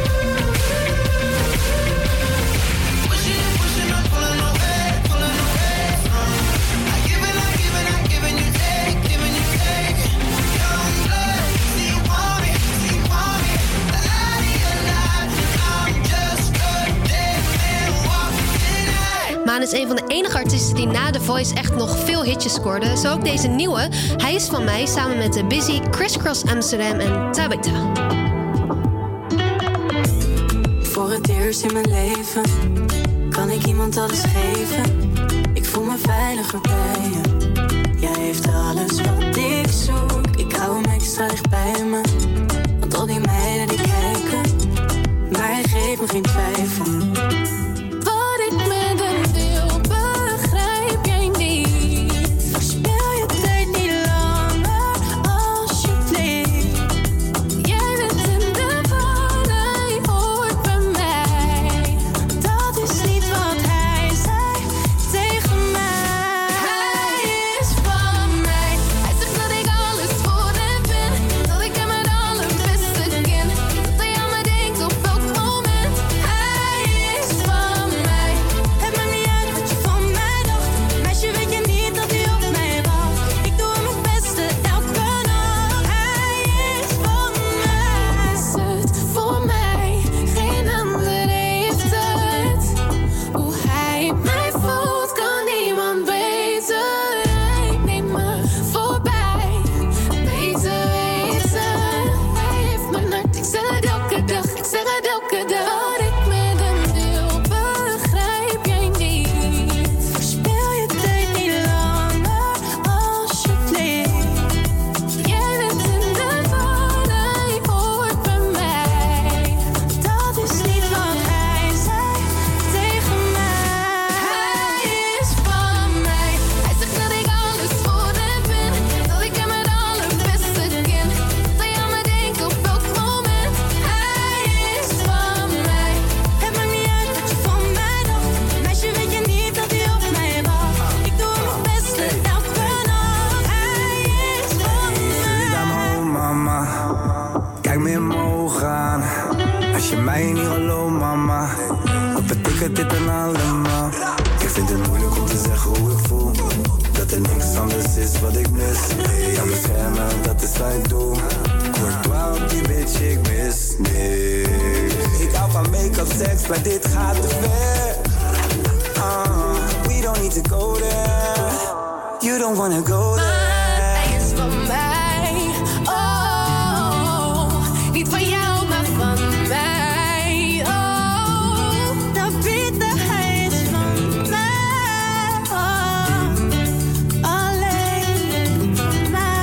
Pushing and pushing, I'm pulling away, pulling away from you. I give it, I give it, I give it, you take, giving you take. Young blood, see you want me, see you want me. Out of your life, and I'm just a dead man walking tonight. Maan is een van de enige artiesten die na The Voice echt nog veel hitjes scoorde. Zo ook deze nieuwe. Hij is van mij, samen met de Busy, Criss Cross Amsterdam en Tabitha. For Voor het eerst in mijn leven kan ik iemand alles geven. Ik voel me veiliger bij je. Jij heeft alles wat ik zoek. Ik hou hem extra dicht bij me. Want al die meiden die kijken, maar hij geeft me geen twijfel. Wat ik met hem wil, begrijp jij niet. Verspil je tijd niet langer, alsjeblieft. Jij bent in de van, hij hoort bij mij. Dat is niet wat hij zei tegen mij. Hij is van mij. Hij zegt dat ik alles voor hem ben. Dat ik hem het allerbeste ken. Dat hij aan me denkt op elk moment. Hij is van mij. Het maakt niet uit wat je van mij dacht. Meisje, weet je niet dat hij op mij wacht. Ik doe hem het beste elke nacht. Hij is van mij. Is het voor mij? Geen ander heeft het. Hoe hij mij voelt kan niemand beter. Hij neemt me voorbij. Beter weten. Hij heeft mijn hart. Ik zeg het elke dag. Ik zeg het elke dag. Wat ik met hem wil, begrijp jij niet. Verspil je tijd niet langer, alsjeblieft. Jij bent in de van, hij hoort bij mij. Dat is niet wat hij zei tegen mij. Hij is van mij. Hij zegt dat ik alles voor hem ben. Dat ik hem het allerbeste ken. Dat hij aan me denkt op elk moment. Hij is van mij. Het maakt niet uit wat je van mij dacht. Meisje, weet je niet dat hij op mij wacht. Ik doe hem het beste elke nacht. Hij is van mij. Oh mama, kijk me in mijn ogen aan. Als je mij niet gelooft mama, wat betekent dit dan allemaal? Ik vind het moeilijk om te zeggen hoe ik voel. Dat er niks anders is wat ik mis. Hey, aan beschermen, dat is wat ik doe. Courtois op die bitch, ik mis niks. Ik hou van make-up, seks, maar dit gaat te ver. Uh, we don't need to go there. You don't wanna go there. Hij is van mij. Oh, niet van jou, maar van mij. Oh, dat weet dat hij is van mij. Oh, alleen van mij.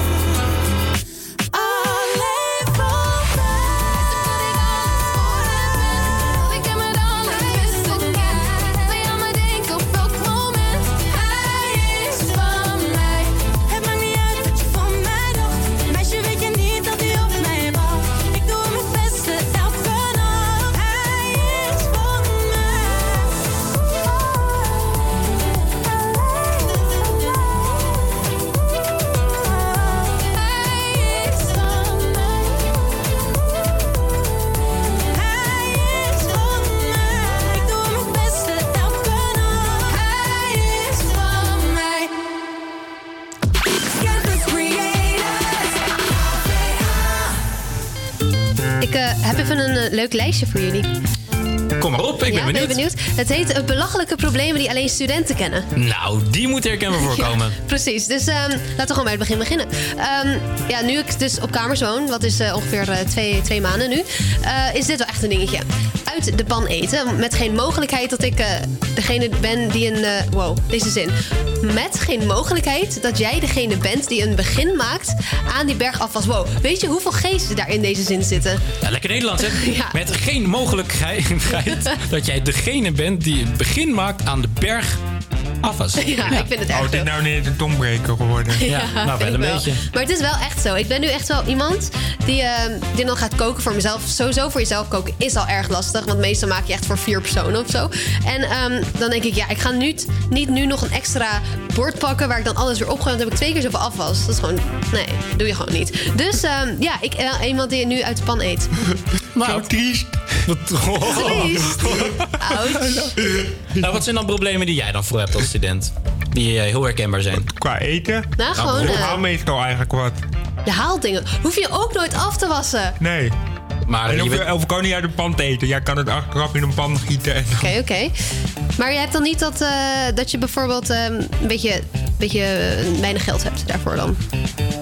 Alleen van mij. Dat ik hem het allerbeste ken. Dat hij aan me denkt op elk moment. Hij is van mij. Het maakt niet uit wat je van mij dacht. Meisje, weet je niet dat hij op mij wacht. Ik doe hem het beste elke nacht. Hij is van mij. Hij is van mij. Hij is van mij. Ik doe hem het beste elke nacht. Hij is van mij. Campus Creators. Ik eh, heb even een eh, leuk lijstje voor jullie. Kom maar op, ik ben Ja, benieuwd. Ben je benieuwd? Het heet eh, belachelijke problemen die alleen studenten kennen. Nou, die moet herkenbaar voorkomen. Precies, dus ehm, laten we gewoon bij het begin beginnen. Ehm, ja, nu ik dus op kamers woon, wat is eh, ongeveer eh, twee, twee maanden nu, eh, is dit wel echt een dingetje. Uit de pan eten, met geen mogelijkheid dat ik eh, degene ben die een... eh, wow, deze zin. Met geen mogelijkheid dat jij degene bent die een begin maakt aan die bergafwas. Wow, weet je hoeveel geesten daar in deze zin zitten? Ja, lekker Nederlands, hè? Ja. Met geen mogelijkheid dat jij degene bent die het begin maakt aan de berg afwas. Ja, ik vind het echt Oh, dit zo. nou niet een tombreker geworden? Ja, nou, wel vind een ik beetje. Maar het is wel echt zo. Ik ben nu echt wel iemand die, eh, die dan gaat koken voor mezelf. Sowieso voor jezelf koken is al erg lastig. Want meestal maak je echt voor vier personen of zo. En ehm, dan denk ik, ja, ik ga nu t- niet nu nog een extra bord pakken waar ik dan alles weer opgooi. Want dan heb ik twee keer zoveel afwas. Dat is gewoon, nee, doe je gewoon niet. Dus ehm, ja, ik ben iemand die nu uit de pan eet. Nou, triest. Triest. Ouch. Nou, wat zijn dan problemen die jij dan voor hebt als student? Die eh, heel herkenbaar zijn. Qua eten? Nou, gewoon, Ik eh, haal meestal eigenlijk wat. De haaldingen hoef je ook nooit af te wassen. Nee. Maar en je of, bent- je, of ik kan niet uit de pan te eten. Jij kan het achteraf in een pan gieten. En Oké, oké. Maar je hebt dan niet dat, eh, dat je bijvoorbeeld ehm, een beetje, beetje eh, weinig geld hebt daarvoor dan?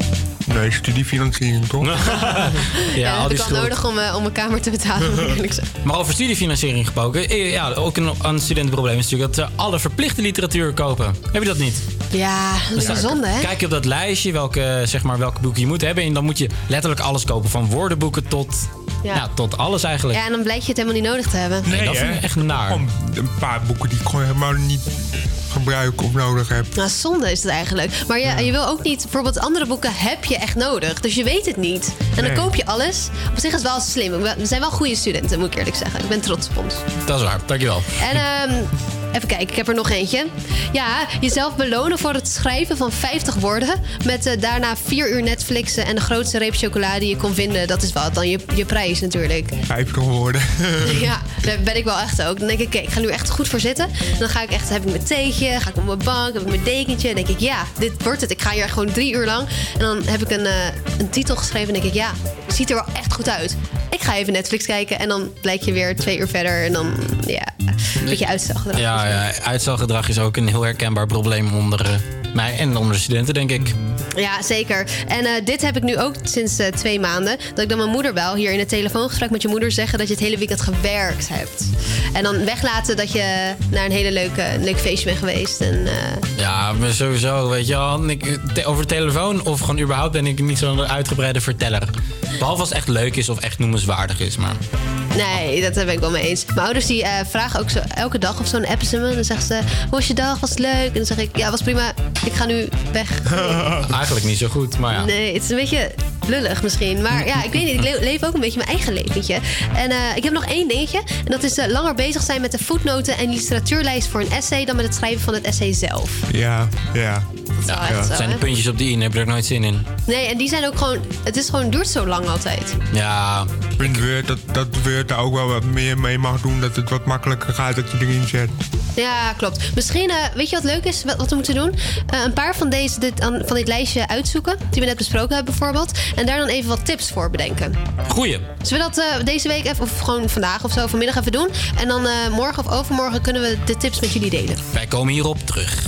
Nee, studiefinanciering toch? ja, Ja, al dat die heb ik wel schuld. nodig om, uh, om mijn kamer te betalen. moet ik eerlijk zeggen. Maar over studiefinanciering gesproken. eh, Ja, ook een, een studentenprobleem is natuurlijk dat ze alle verplichte literatuur kopen. Heb je dat niet? Ja, dat is Dus wel daar zonde, hè? Kijk je op dat lijstje welke, zeg maar, welke boeken je moet hebben. En dan moet je letterlijk alles kopen. Van woordenboeken tot, Ja. ja. tot alles eigenlijk. Ja, en dan blijkt je het helemaal niet nodig te hebben. Nee, dat vind ik echt naar. Gewoon een paar boeken die ik gewoon helemaal niet gebruik of nodig heb. Nou, zonde is het eigenlijk. Maar je, je wil ook niet... Bijvoorbeeld andere boeken heb je echt nodig. Dus je weet het niet. En dan Nee. koop je alles. Op zich is het wel slim. We zijn wel goede studenten, moet ik eerlijk zeggen. Ik ben trots op ons. Dat is waar, dankjewel. En ehm, even kijken, ik heb er nog eentje. Ja, jezelf belonen voor het schrijven van vijftig woorden. Met eh, daarna vier uur Netflixen en de grootste reep chocolade die je kon vinden. Dat is wat dan je, je prijs natuurlijk. vijftig woorden. Ja, daar ben ik wel echt ook. Dan denk ik, oké, ik ga nu echt goed voor zitten. En dan ga ik echt, heb ik mijn theetje, ga ik op mijn bank, heb ik mijn dekentje. En denk ik, ja, dit wordt het. Ik ga hier echt gewoon drie uur lang. En dan heb ik een, uh, een titel geschreven en denk ik, ja, het ziet er wel echt goed uit. Ik ga even Netflix kijken en dan blijk je weer twee uur verder. En dan, ja, een beetje uitstelgedrag. Ja, ja, uitstelgedrag is ook een heel herkenbaar probleem onder uh, mij en onder de studenten, denk ik. Ja, zeker. En uh, dit heb ik nu ook sinds uh, twee maanden. Dat ik dan mijn moeder bel, hier in het telefoongesprek met je moeder zeggen dat je het hele weekend gewerkt hebt. En dan weglaten dat je naar een hele leuke, een leuk feestje bent geweest. En, uh, Ja, maar sowieso, weet je wel. Ik, te- over de telefoon of gewoon überhaupt ben ik niet zo'n uitgebreide verteller. Behalve als het echt leuk is of echt noemenswaardig is, maar... nee, dat ben ik wel mee eens. Mijn ouders die uh, vragen ook zo elke dag of zo'n appen ze me. Dan zeggen ze, hoe was je dag? Was het leuk? En dan zeg ik, ja, was prima. Ik ga nu weg. Eigenlijk niet zo goed, maar ja. Nee, het is een beetje lullig misschien. Maar ja, ik weet niet. Ik le- leef ook een beetje mijn eigen leventje. En uh, ik heb nog één dingetje. En dat is uh, langer bezig zijn met de voetnoten en literatuurlijst voor een essay dan met het schrijven van het essay zelf. Ja, ja. wel echt Ja, zo, het zijn de hè? puntjes op de i en heb je er nooit zin in. Nee, en die zijn ook gewoon... Het is gewoon duurt zo lang altijd. Ja. Punt Word, dat, dat Word daar ook wel wat meer mee mag doen. Dat het wat makkelijker gaat dat je erin zet. Ja, klopt. Misschien, uh, weet je wat leuk is, wat, wat we moeten doen? Uh, een paar van, deze, dit, an- van dit lijstje uitzoeken, die we net besproken hebben bijvoorbeeld. En daar dan even wat tips voor bedenken. Goeie. Zullen we dat uh, deze week even, of gewoon vandaag of zo, vanmiddag even doen? En dan uh, morgen of overmorgen kunnen we de tips met jullie delen. Wij komen hierop terug.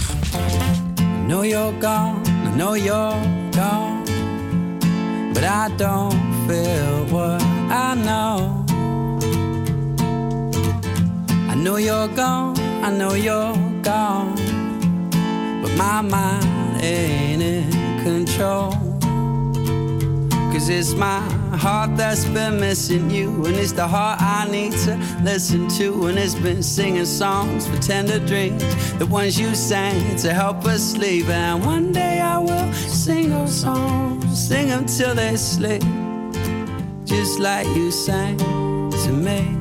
I know you're gone, I know you're gone, but I don't feel what I know. I know you're gone, I know you're gone, but my mind ain't in control. Cause it's my heart that's been missing you, and it's the heart I need to listen to, and it's been singing songs for tender dreams, the ones you sang to help us sleep. And one day I will sing those songs, sing them till they sleep, just like you sang to me.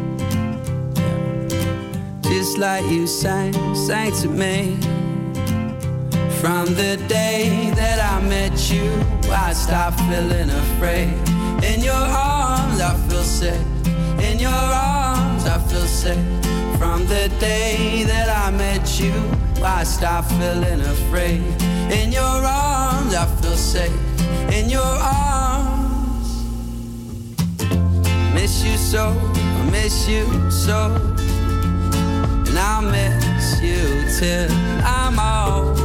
Just like you sang, sang to me. From the day that I met you, I stopped feeling afraid. In your arms I feel safe, in your arms I feel safe. From the day that I met you, I stopped feeling afraid. In your arms I feel safe, in your arms. Miss you so, I miss you so, and I'll miss you till I'm old.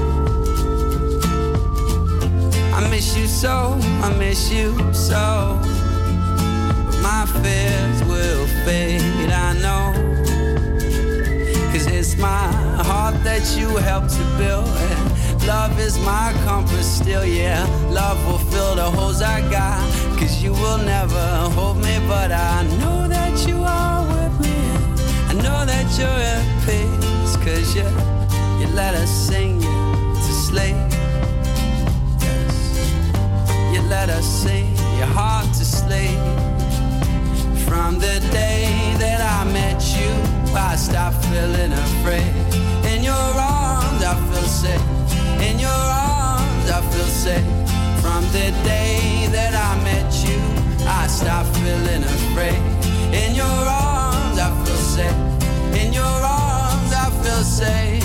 I miss you so, I miss you so, but my fears will fade, I know. Cause it's my heart that you helped to build, and love is my compass still, yeah. Love will fill the holes I got, cause you will never hold me, but I know that you are with me. I know that you're at peace, cause you, you let us sing you to sleep. You let us sing your heart to sleep. From the day that I met you, I stopped feeling afraid. In your arms I feel safe, in your arms I feel safe. From the day that I met you, I stopped feeling afraid. In your arms I feel safe, in your arms I feel safe.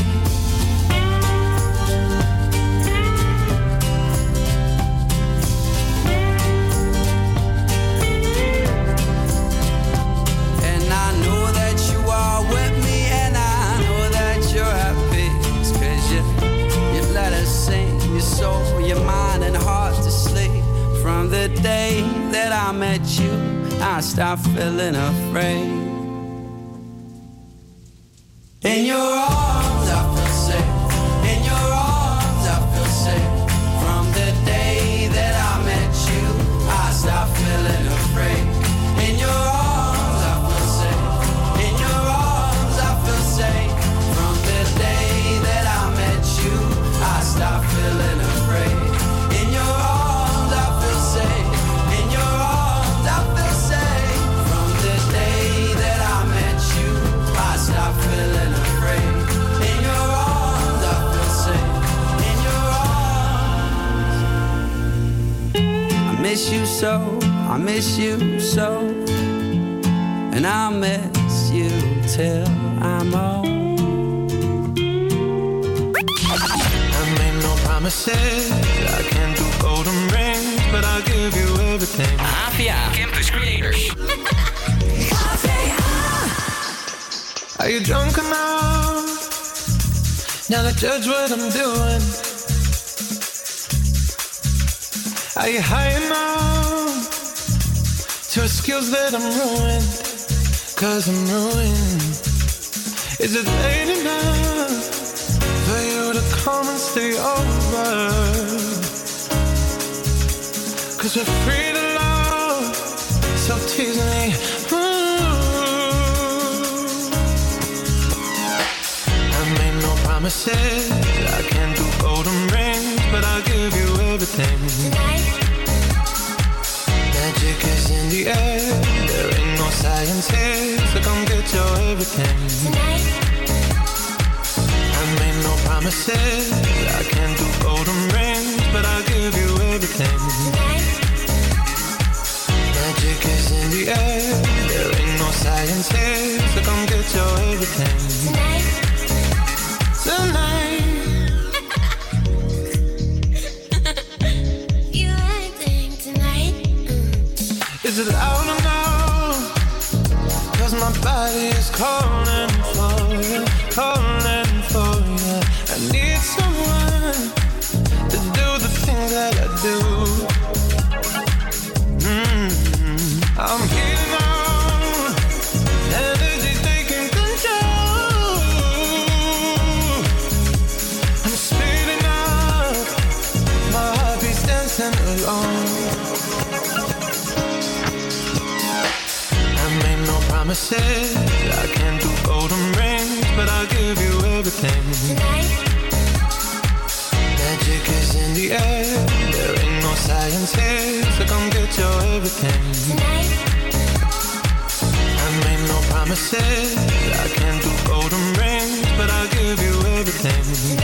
With me, and I know that you're at peace, cause you, you let us sing your soul, your mind and heart to sleep. I met you, I stopped feeling afraid. In your arms I feel safe. In your arms I feel safe. From the day that I met you, I stopped feeling afraid. In your arms I feel safe. In your arms I feel safe. From the day that I met you, I stopped feeling afraid. In your arms I feel safe. In your arms I feel safe. From the day that I met you, I stopped feeling afraid. In your arms I feel safe. In your arms. I miss you so, I miss you so. And I'll miss you till I'm old. I made no promises, I can't do golden rings, but I'll give you everything. H V A Campus Creators. Are you drunk enough now to judge what I'm doing? Are you high enough to excuse that I'm ruined? Cause I'm ruined. Is it late enough for you to come and stay over? Cause we're free to love, so tease me. Promises, I can't do golden rings, but I'll give you everything. Magic is in the air, there ain't no science here, so come get your everything. I made no promises, I can't do golden rings, but I'll give you everything. Magic is in the air, there ain't no science here, so come get your everything. Tonight. You acting tonight? Is it loud enough? Cause my body is calling for you, calling for you. I need someone to do the things that I do. Mm-hmm. I'm here now, energy taking control. Alone. I made no promises, I can't do golden rings, but I'll give you everything. Magic is in the air, there ain't no science here, so come get your everything. I made no promises, I can't do golden rings, but I'll give you everything.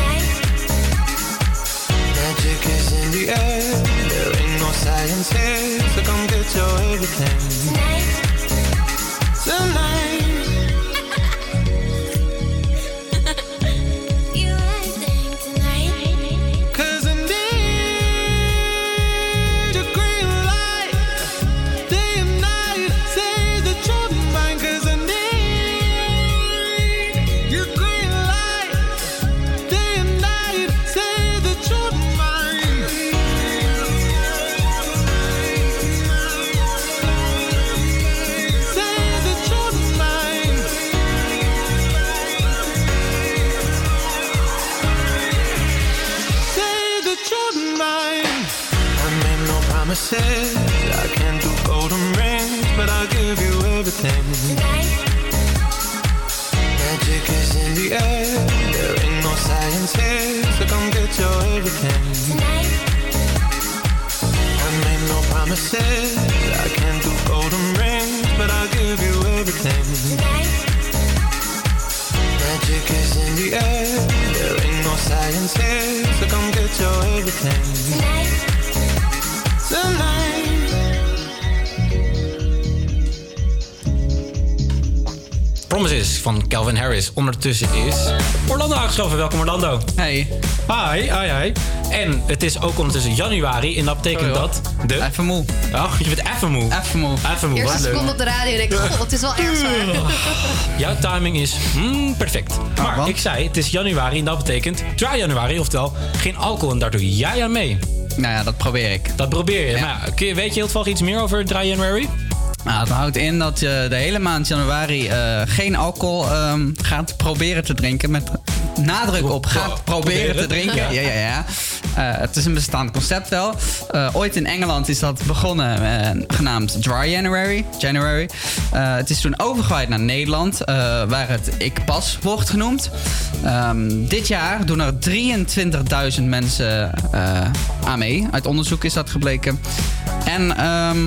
Magic is in the air, there ain't no science here, so come get your everything. Tonight. Tonight. You acting tonight? Cause I need your green light, day and night, say that you're mine. Cause I need your green light, day and night, say that you're promises, I can't do golden rings, but I'll give you everything. Magic is in the air, there ain't no science here, so come get your everything. I made no promises, I can't do golden rings, but I'll give you everything. Magic is in the air, there ain't no science here, so come get your everything. Tonight. Promises van Calvin Harris. Ondertussen is Orlando aangeschoven. Welkom Orlando. Hey. Hi, hi, hi. En het is ook ondertussen januari en dat betekent oh, dat de... Even moe. Ach, je bent even moe. Even moe. Even moe. Eerste seconde op de radio en ik, god, het is wel erg zwaar. Jouw timing is mm, perfect. Maar oh, ik zei, het is januari en dat betekent dry januari, oftewel geen alcohol en daar doe jij aan mee. Nou ja, dat probeer ik. Dat probeer je. Ja. Nou, kun je, weet je heel toevallig iets meer over Dry January? Nou, het houdt in dat je de hele maand januari uh, geen alcohol um, gaat proberen te drinken. Met nadruk op gaat proberen, proberen te drinken. Ja, ja, ja. ja. Uh, het is een bestaand concept wel. Uh, ooit in Engeland is dat begonnen uh, genaamd Dry January. January. Uh, het is toen overgewaaid naar Nederland, uh, waar het Ik Pas wordt genoemd. Um, dit jaar doen er drieëntwintigduizend mensen uh, aan mee. Uit onderzoek is dat gebleken. En um,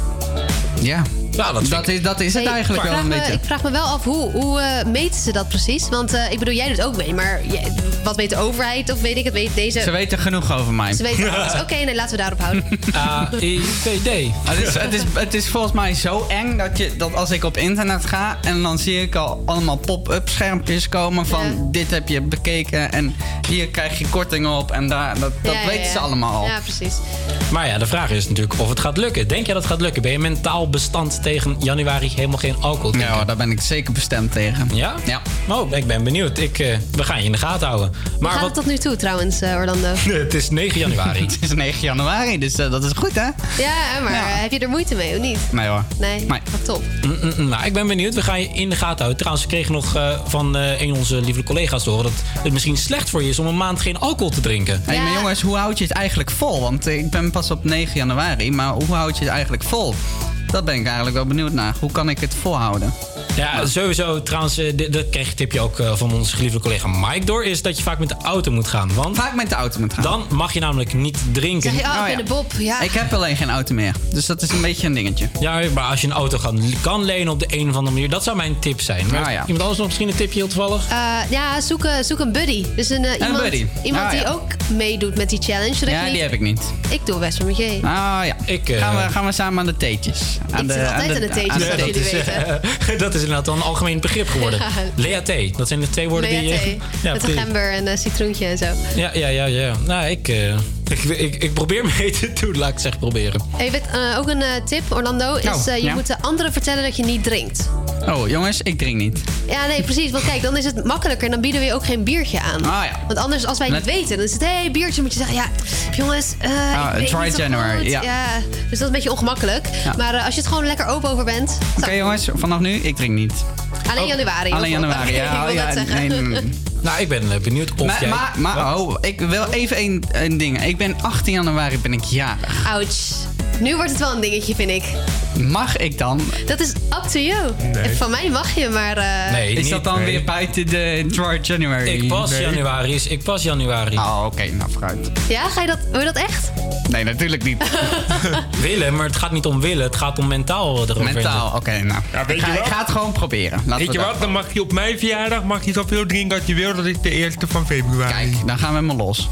ja... Nou, dat, dat, is, dat is het hey, eigenlijk wel een me, beetje. Ik vraag me wel af, hoe, hoe uh, meten ze dat precies? Want uh, ik bedoel, jij doet ook mee, maar jij, wat weet de overheid of weet ik het? Weet deze... Ze weten genoeg over mij. Ze weten alles. Oké, okay, nee, laten we daarop houden. A I V D. Het is, het, is, het is volgens mij zo eng dat, je, dat als ik op internet ga en dan zie ik al allemaal pop-up schermpjes komen van ja. dit heb je bekeken en hier krijg je korting op en daar, dat, dat ja, weten ja. ze allemaal al. Ja, precies. Maar ja, de vraag is natuurlijk of het gaat lukken. Denk jij dat het gaat lukken? Ben je mentaal bestand tegen januari helemaal geen alcohol drinken? Ja, daar ben ik zeker bestemd tegen. Ja? Ja. Oh, ik ben benieuwd. Ik, uh, we gaan je in de gaten houden. Maar Hoe gaat wat... het tot nu toe trouwens, uh, Orlando? Het is negen januari. Het is negen januari, dus uh, dat is goed, hè? Ja, maar ja. heb je er moeite mee of niet? Nee hoor. Nee? nee. Oh, top. Mm-mm, nou, ik ben benieuwd. We gaan je in de gaten houden. Trouwens, we kregen nog uh, van uh, een van onze lieve collega's te horen dat het misschien slecht voor je is om een maand geen alcohol te drinken. Hé, hey, maar jongens, hoe houd je het eigenlijk vol? Want uh, ik ben pas op negen januari, maar hoe houd je het eigenlijk vol? Dat ben ik eigenlijk wel benieuwd naar. Hoe kan ik het volhouden? Ja, nou. sowieso. Trouwens, dat kreeg je tipje ook van onze geliefde collega Mike door. Is dat je vaak met de auto moet gaan. Want vaak met de auto moet gaan. Dan mag je namelijk niet drinken. Zeg je, oh, oh, ik ben ja. de Bob. Ja. Ik heb alleen geen auto meer. Dus dat is een beetje een dingetje. Ja, maar als je een auto kan, kan lenen op de een of andere manier. Dat zou mijn tip zijn. Maar oh, ja. iemand anders nog misschien een tipje heel toevallig? Uh, ja, zoek, uh, zoek een buddy. Dus een, uh, een iemand, buddy. iemand oh, die ja. ook meedoet met die challenge. Ja, niet... die heb ik niet. Ik doe best wel met je. Ah ja. Ik, uh... gaan, we, gaan we samen aan de theetjes. Aan ik de, zit altijd aan de, aan de theetjes, ja, dat jullie is, weten. Uh, dat is inderdaad wel een algemeen begrip geworden. Lea thee. Dat zijn de twee woorden Lea die je... Ja, met een gember en een citroentje en zo. Ja, ja, ja. ja. Nou, ik, uh, ik, ik, ik probeer mee te doen. Laat ik het zeggen proberen. Hey, weet, uh, ook een uh, tip, Orlando, is uh, je ja. moet de anderen vertellen dat je niet drinkt. Oh, jongens, ik drink niet. Ja, nee, precies. Want kijk, dan is het makkelijker en dan bieden we je ook geen biertje aan. Ah, ja. Want anders, als wij het niet weten, dan is het, hé, hey, biertje, moet je zeggen, ja, jongens, uh, ah, ik Dry January, ja. ja. Dus dat is een beetje ongemakkelijk. Ja. Maar uh, als je het gewoon lekker open over bent. Oké, okay, jongens, vanaf nu, ik drink niet. Alleen oh, januari. Alleen januari, ja. ik wil ja, dat zeggen. Nee, nee, nee. Nou, ik ben benieuwd of maar, jij... Maar, maar oh, ik wil even één, één ding. Ik ben achttien januari ben ik jarig. Ouch. Nu wordt het wel een dingetje, vind ik. Mag ik dan? Dat is up to you. Nee. Van mij mag je, maar... Uh... Nee, is niet, dat dan nee. weer buiten de Dry January? Ik pas nee. januari is ik pas januari. Oh, oké. Okay, nou, vooruit. Ja, ga je dat... Wil je dat echt? Nee, natuurlijk niet. Willen, maar het gaat niet om willen. Het gaat om mentaal erover. Mentaal, oké. Okay, nou. Ja, weet ik, ga, je ik ga het gewoon proberen. Laten weet je wat? Dan mag je op mijn verjaardag mag je zoveel drinken als je wil. Dat is de eerste van februari. Kijk, dan gaan we helemaal los.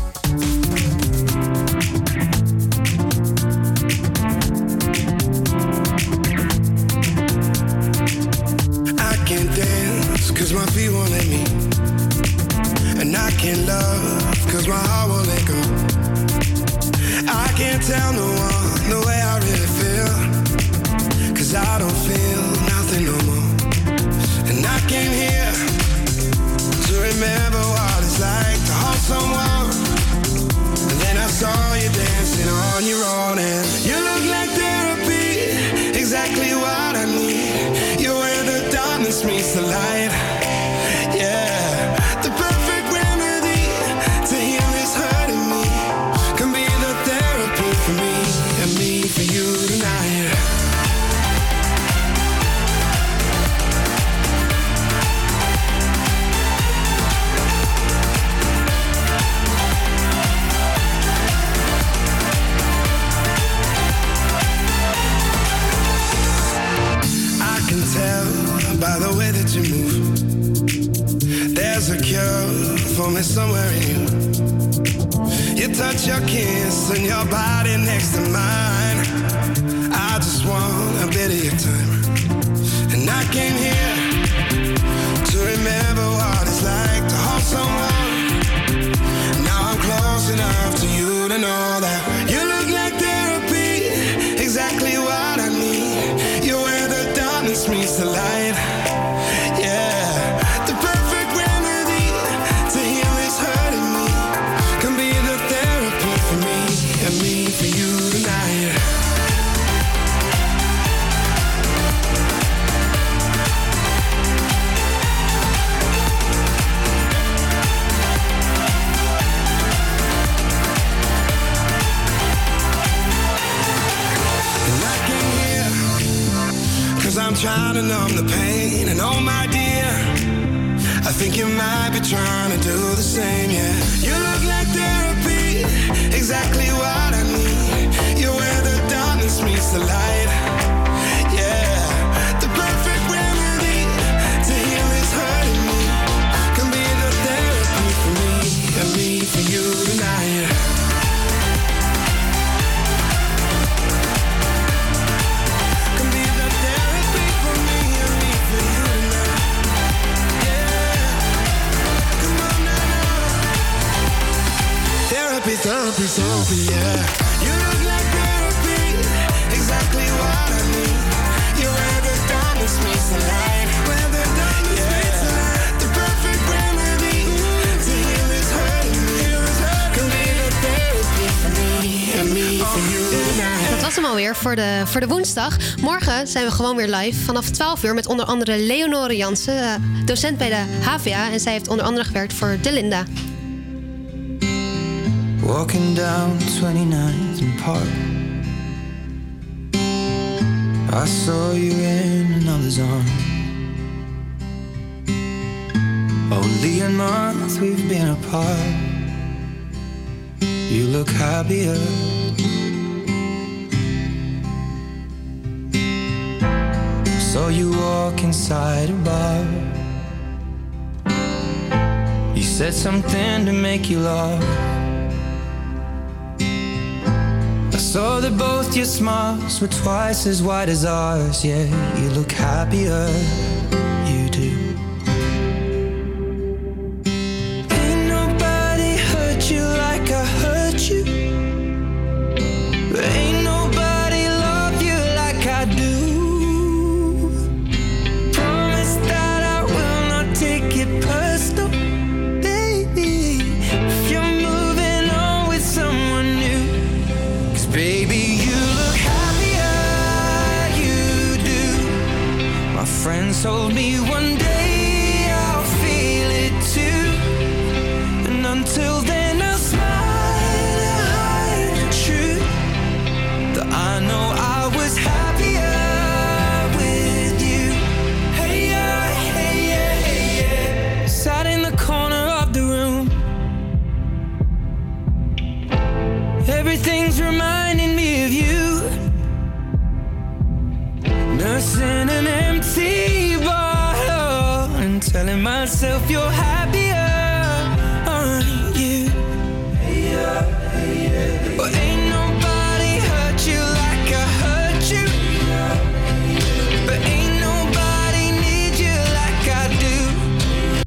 Cause my feet won't let me. And I can't love cause my heart won't let go. I can't tell no one the way I really feel. Cause I don't feel nothing no more. And I came here to remember what it's like to hold someone. And then I saw you dancing on your own. And you look like therapy, exactly what I need. You're where the darkness meets the light. Yeah, the perfect remedy to heal this hurting me. Can be the therapy for me and me for you tonight. I can tell by the way that you move. There's a cure for me somewhere in you. You touch your kiss and your body next to mine. I just want a bit of your time. And I came here to remember what it's like to hold someone. Now I'm close enough to you to know that you look like therapy, exactly what I need. You're where the darkness meets the light. Yeah. And me trying to numb the pain. And oh my dear, I think you might be trying to do the same, yeah. You look like therapy, exactly what I need. You're where the darkness meets the light, yeah. The perfect remedy to heal is hurting me. Can be the therapy for me and me for you tonight. Can be the therapy for me and me for you tonight. Yeah, come on now. Therapy, therapy, therapy, yeah. You look like therapy, exactly what I need. You're where the darkness meets the light, where the darkness meets the light. The perfect remedy to heal is hurting me. Can be the therapy for me and me for you tonight. Dat was hem alweer voor de, voor de woensdag. Morgen zijn we gewoon weer live vanaf twaalf uur met onder andere Leonore Jansen, eh, docent bij de H V A. En zij heeft onder andere gewerkt voor De Linda. Walking down twenty-ninth and Park, I saw you in another's arm. Only a month we've been apart. You look happier. Saw you walk inside a bar. You said something to make you laugh. I saw that both your smiles were twice as wide as ours. Yeah, you look happier, you do. Ain't nobody hurt you like I hurt you. Ain't nobody love you like I do. Promise that I will not take it personal, baby, if you're moving on with someone new. Baby, you look happier, you do. My friends told me one day I'll feel it too. And until then I'll smile and hide the truth that I know I was happier with you. Hey yeah, hey yeah, hey yeah. Sat in the corner of the room. Everything's reminding me of you. Nursing an empty bottle and telling myself you're happy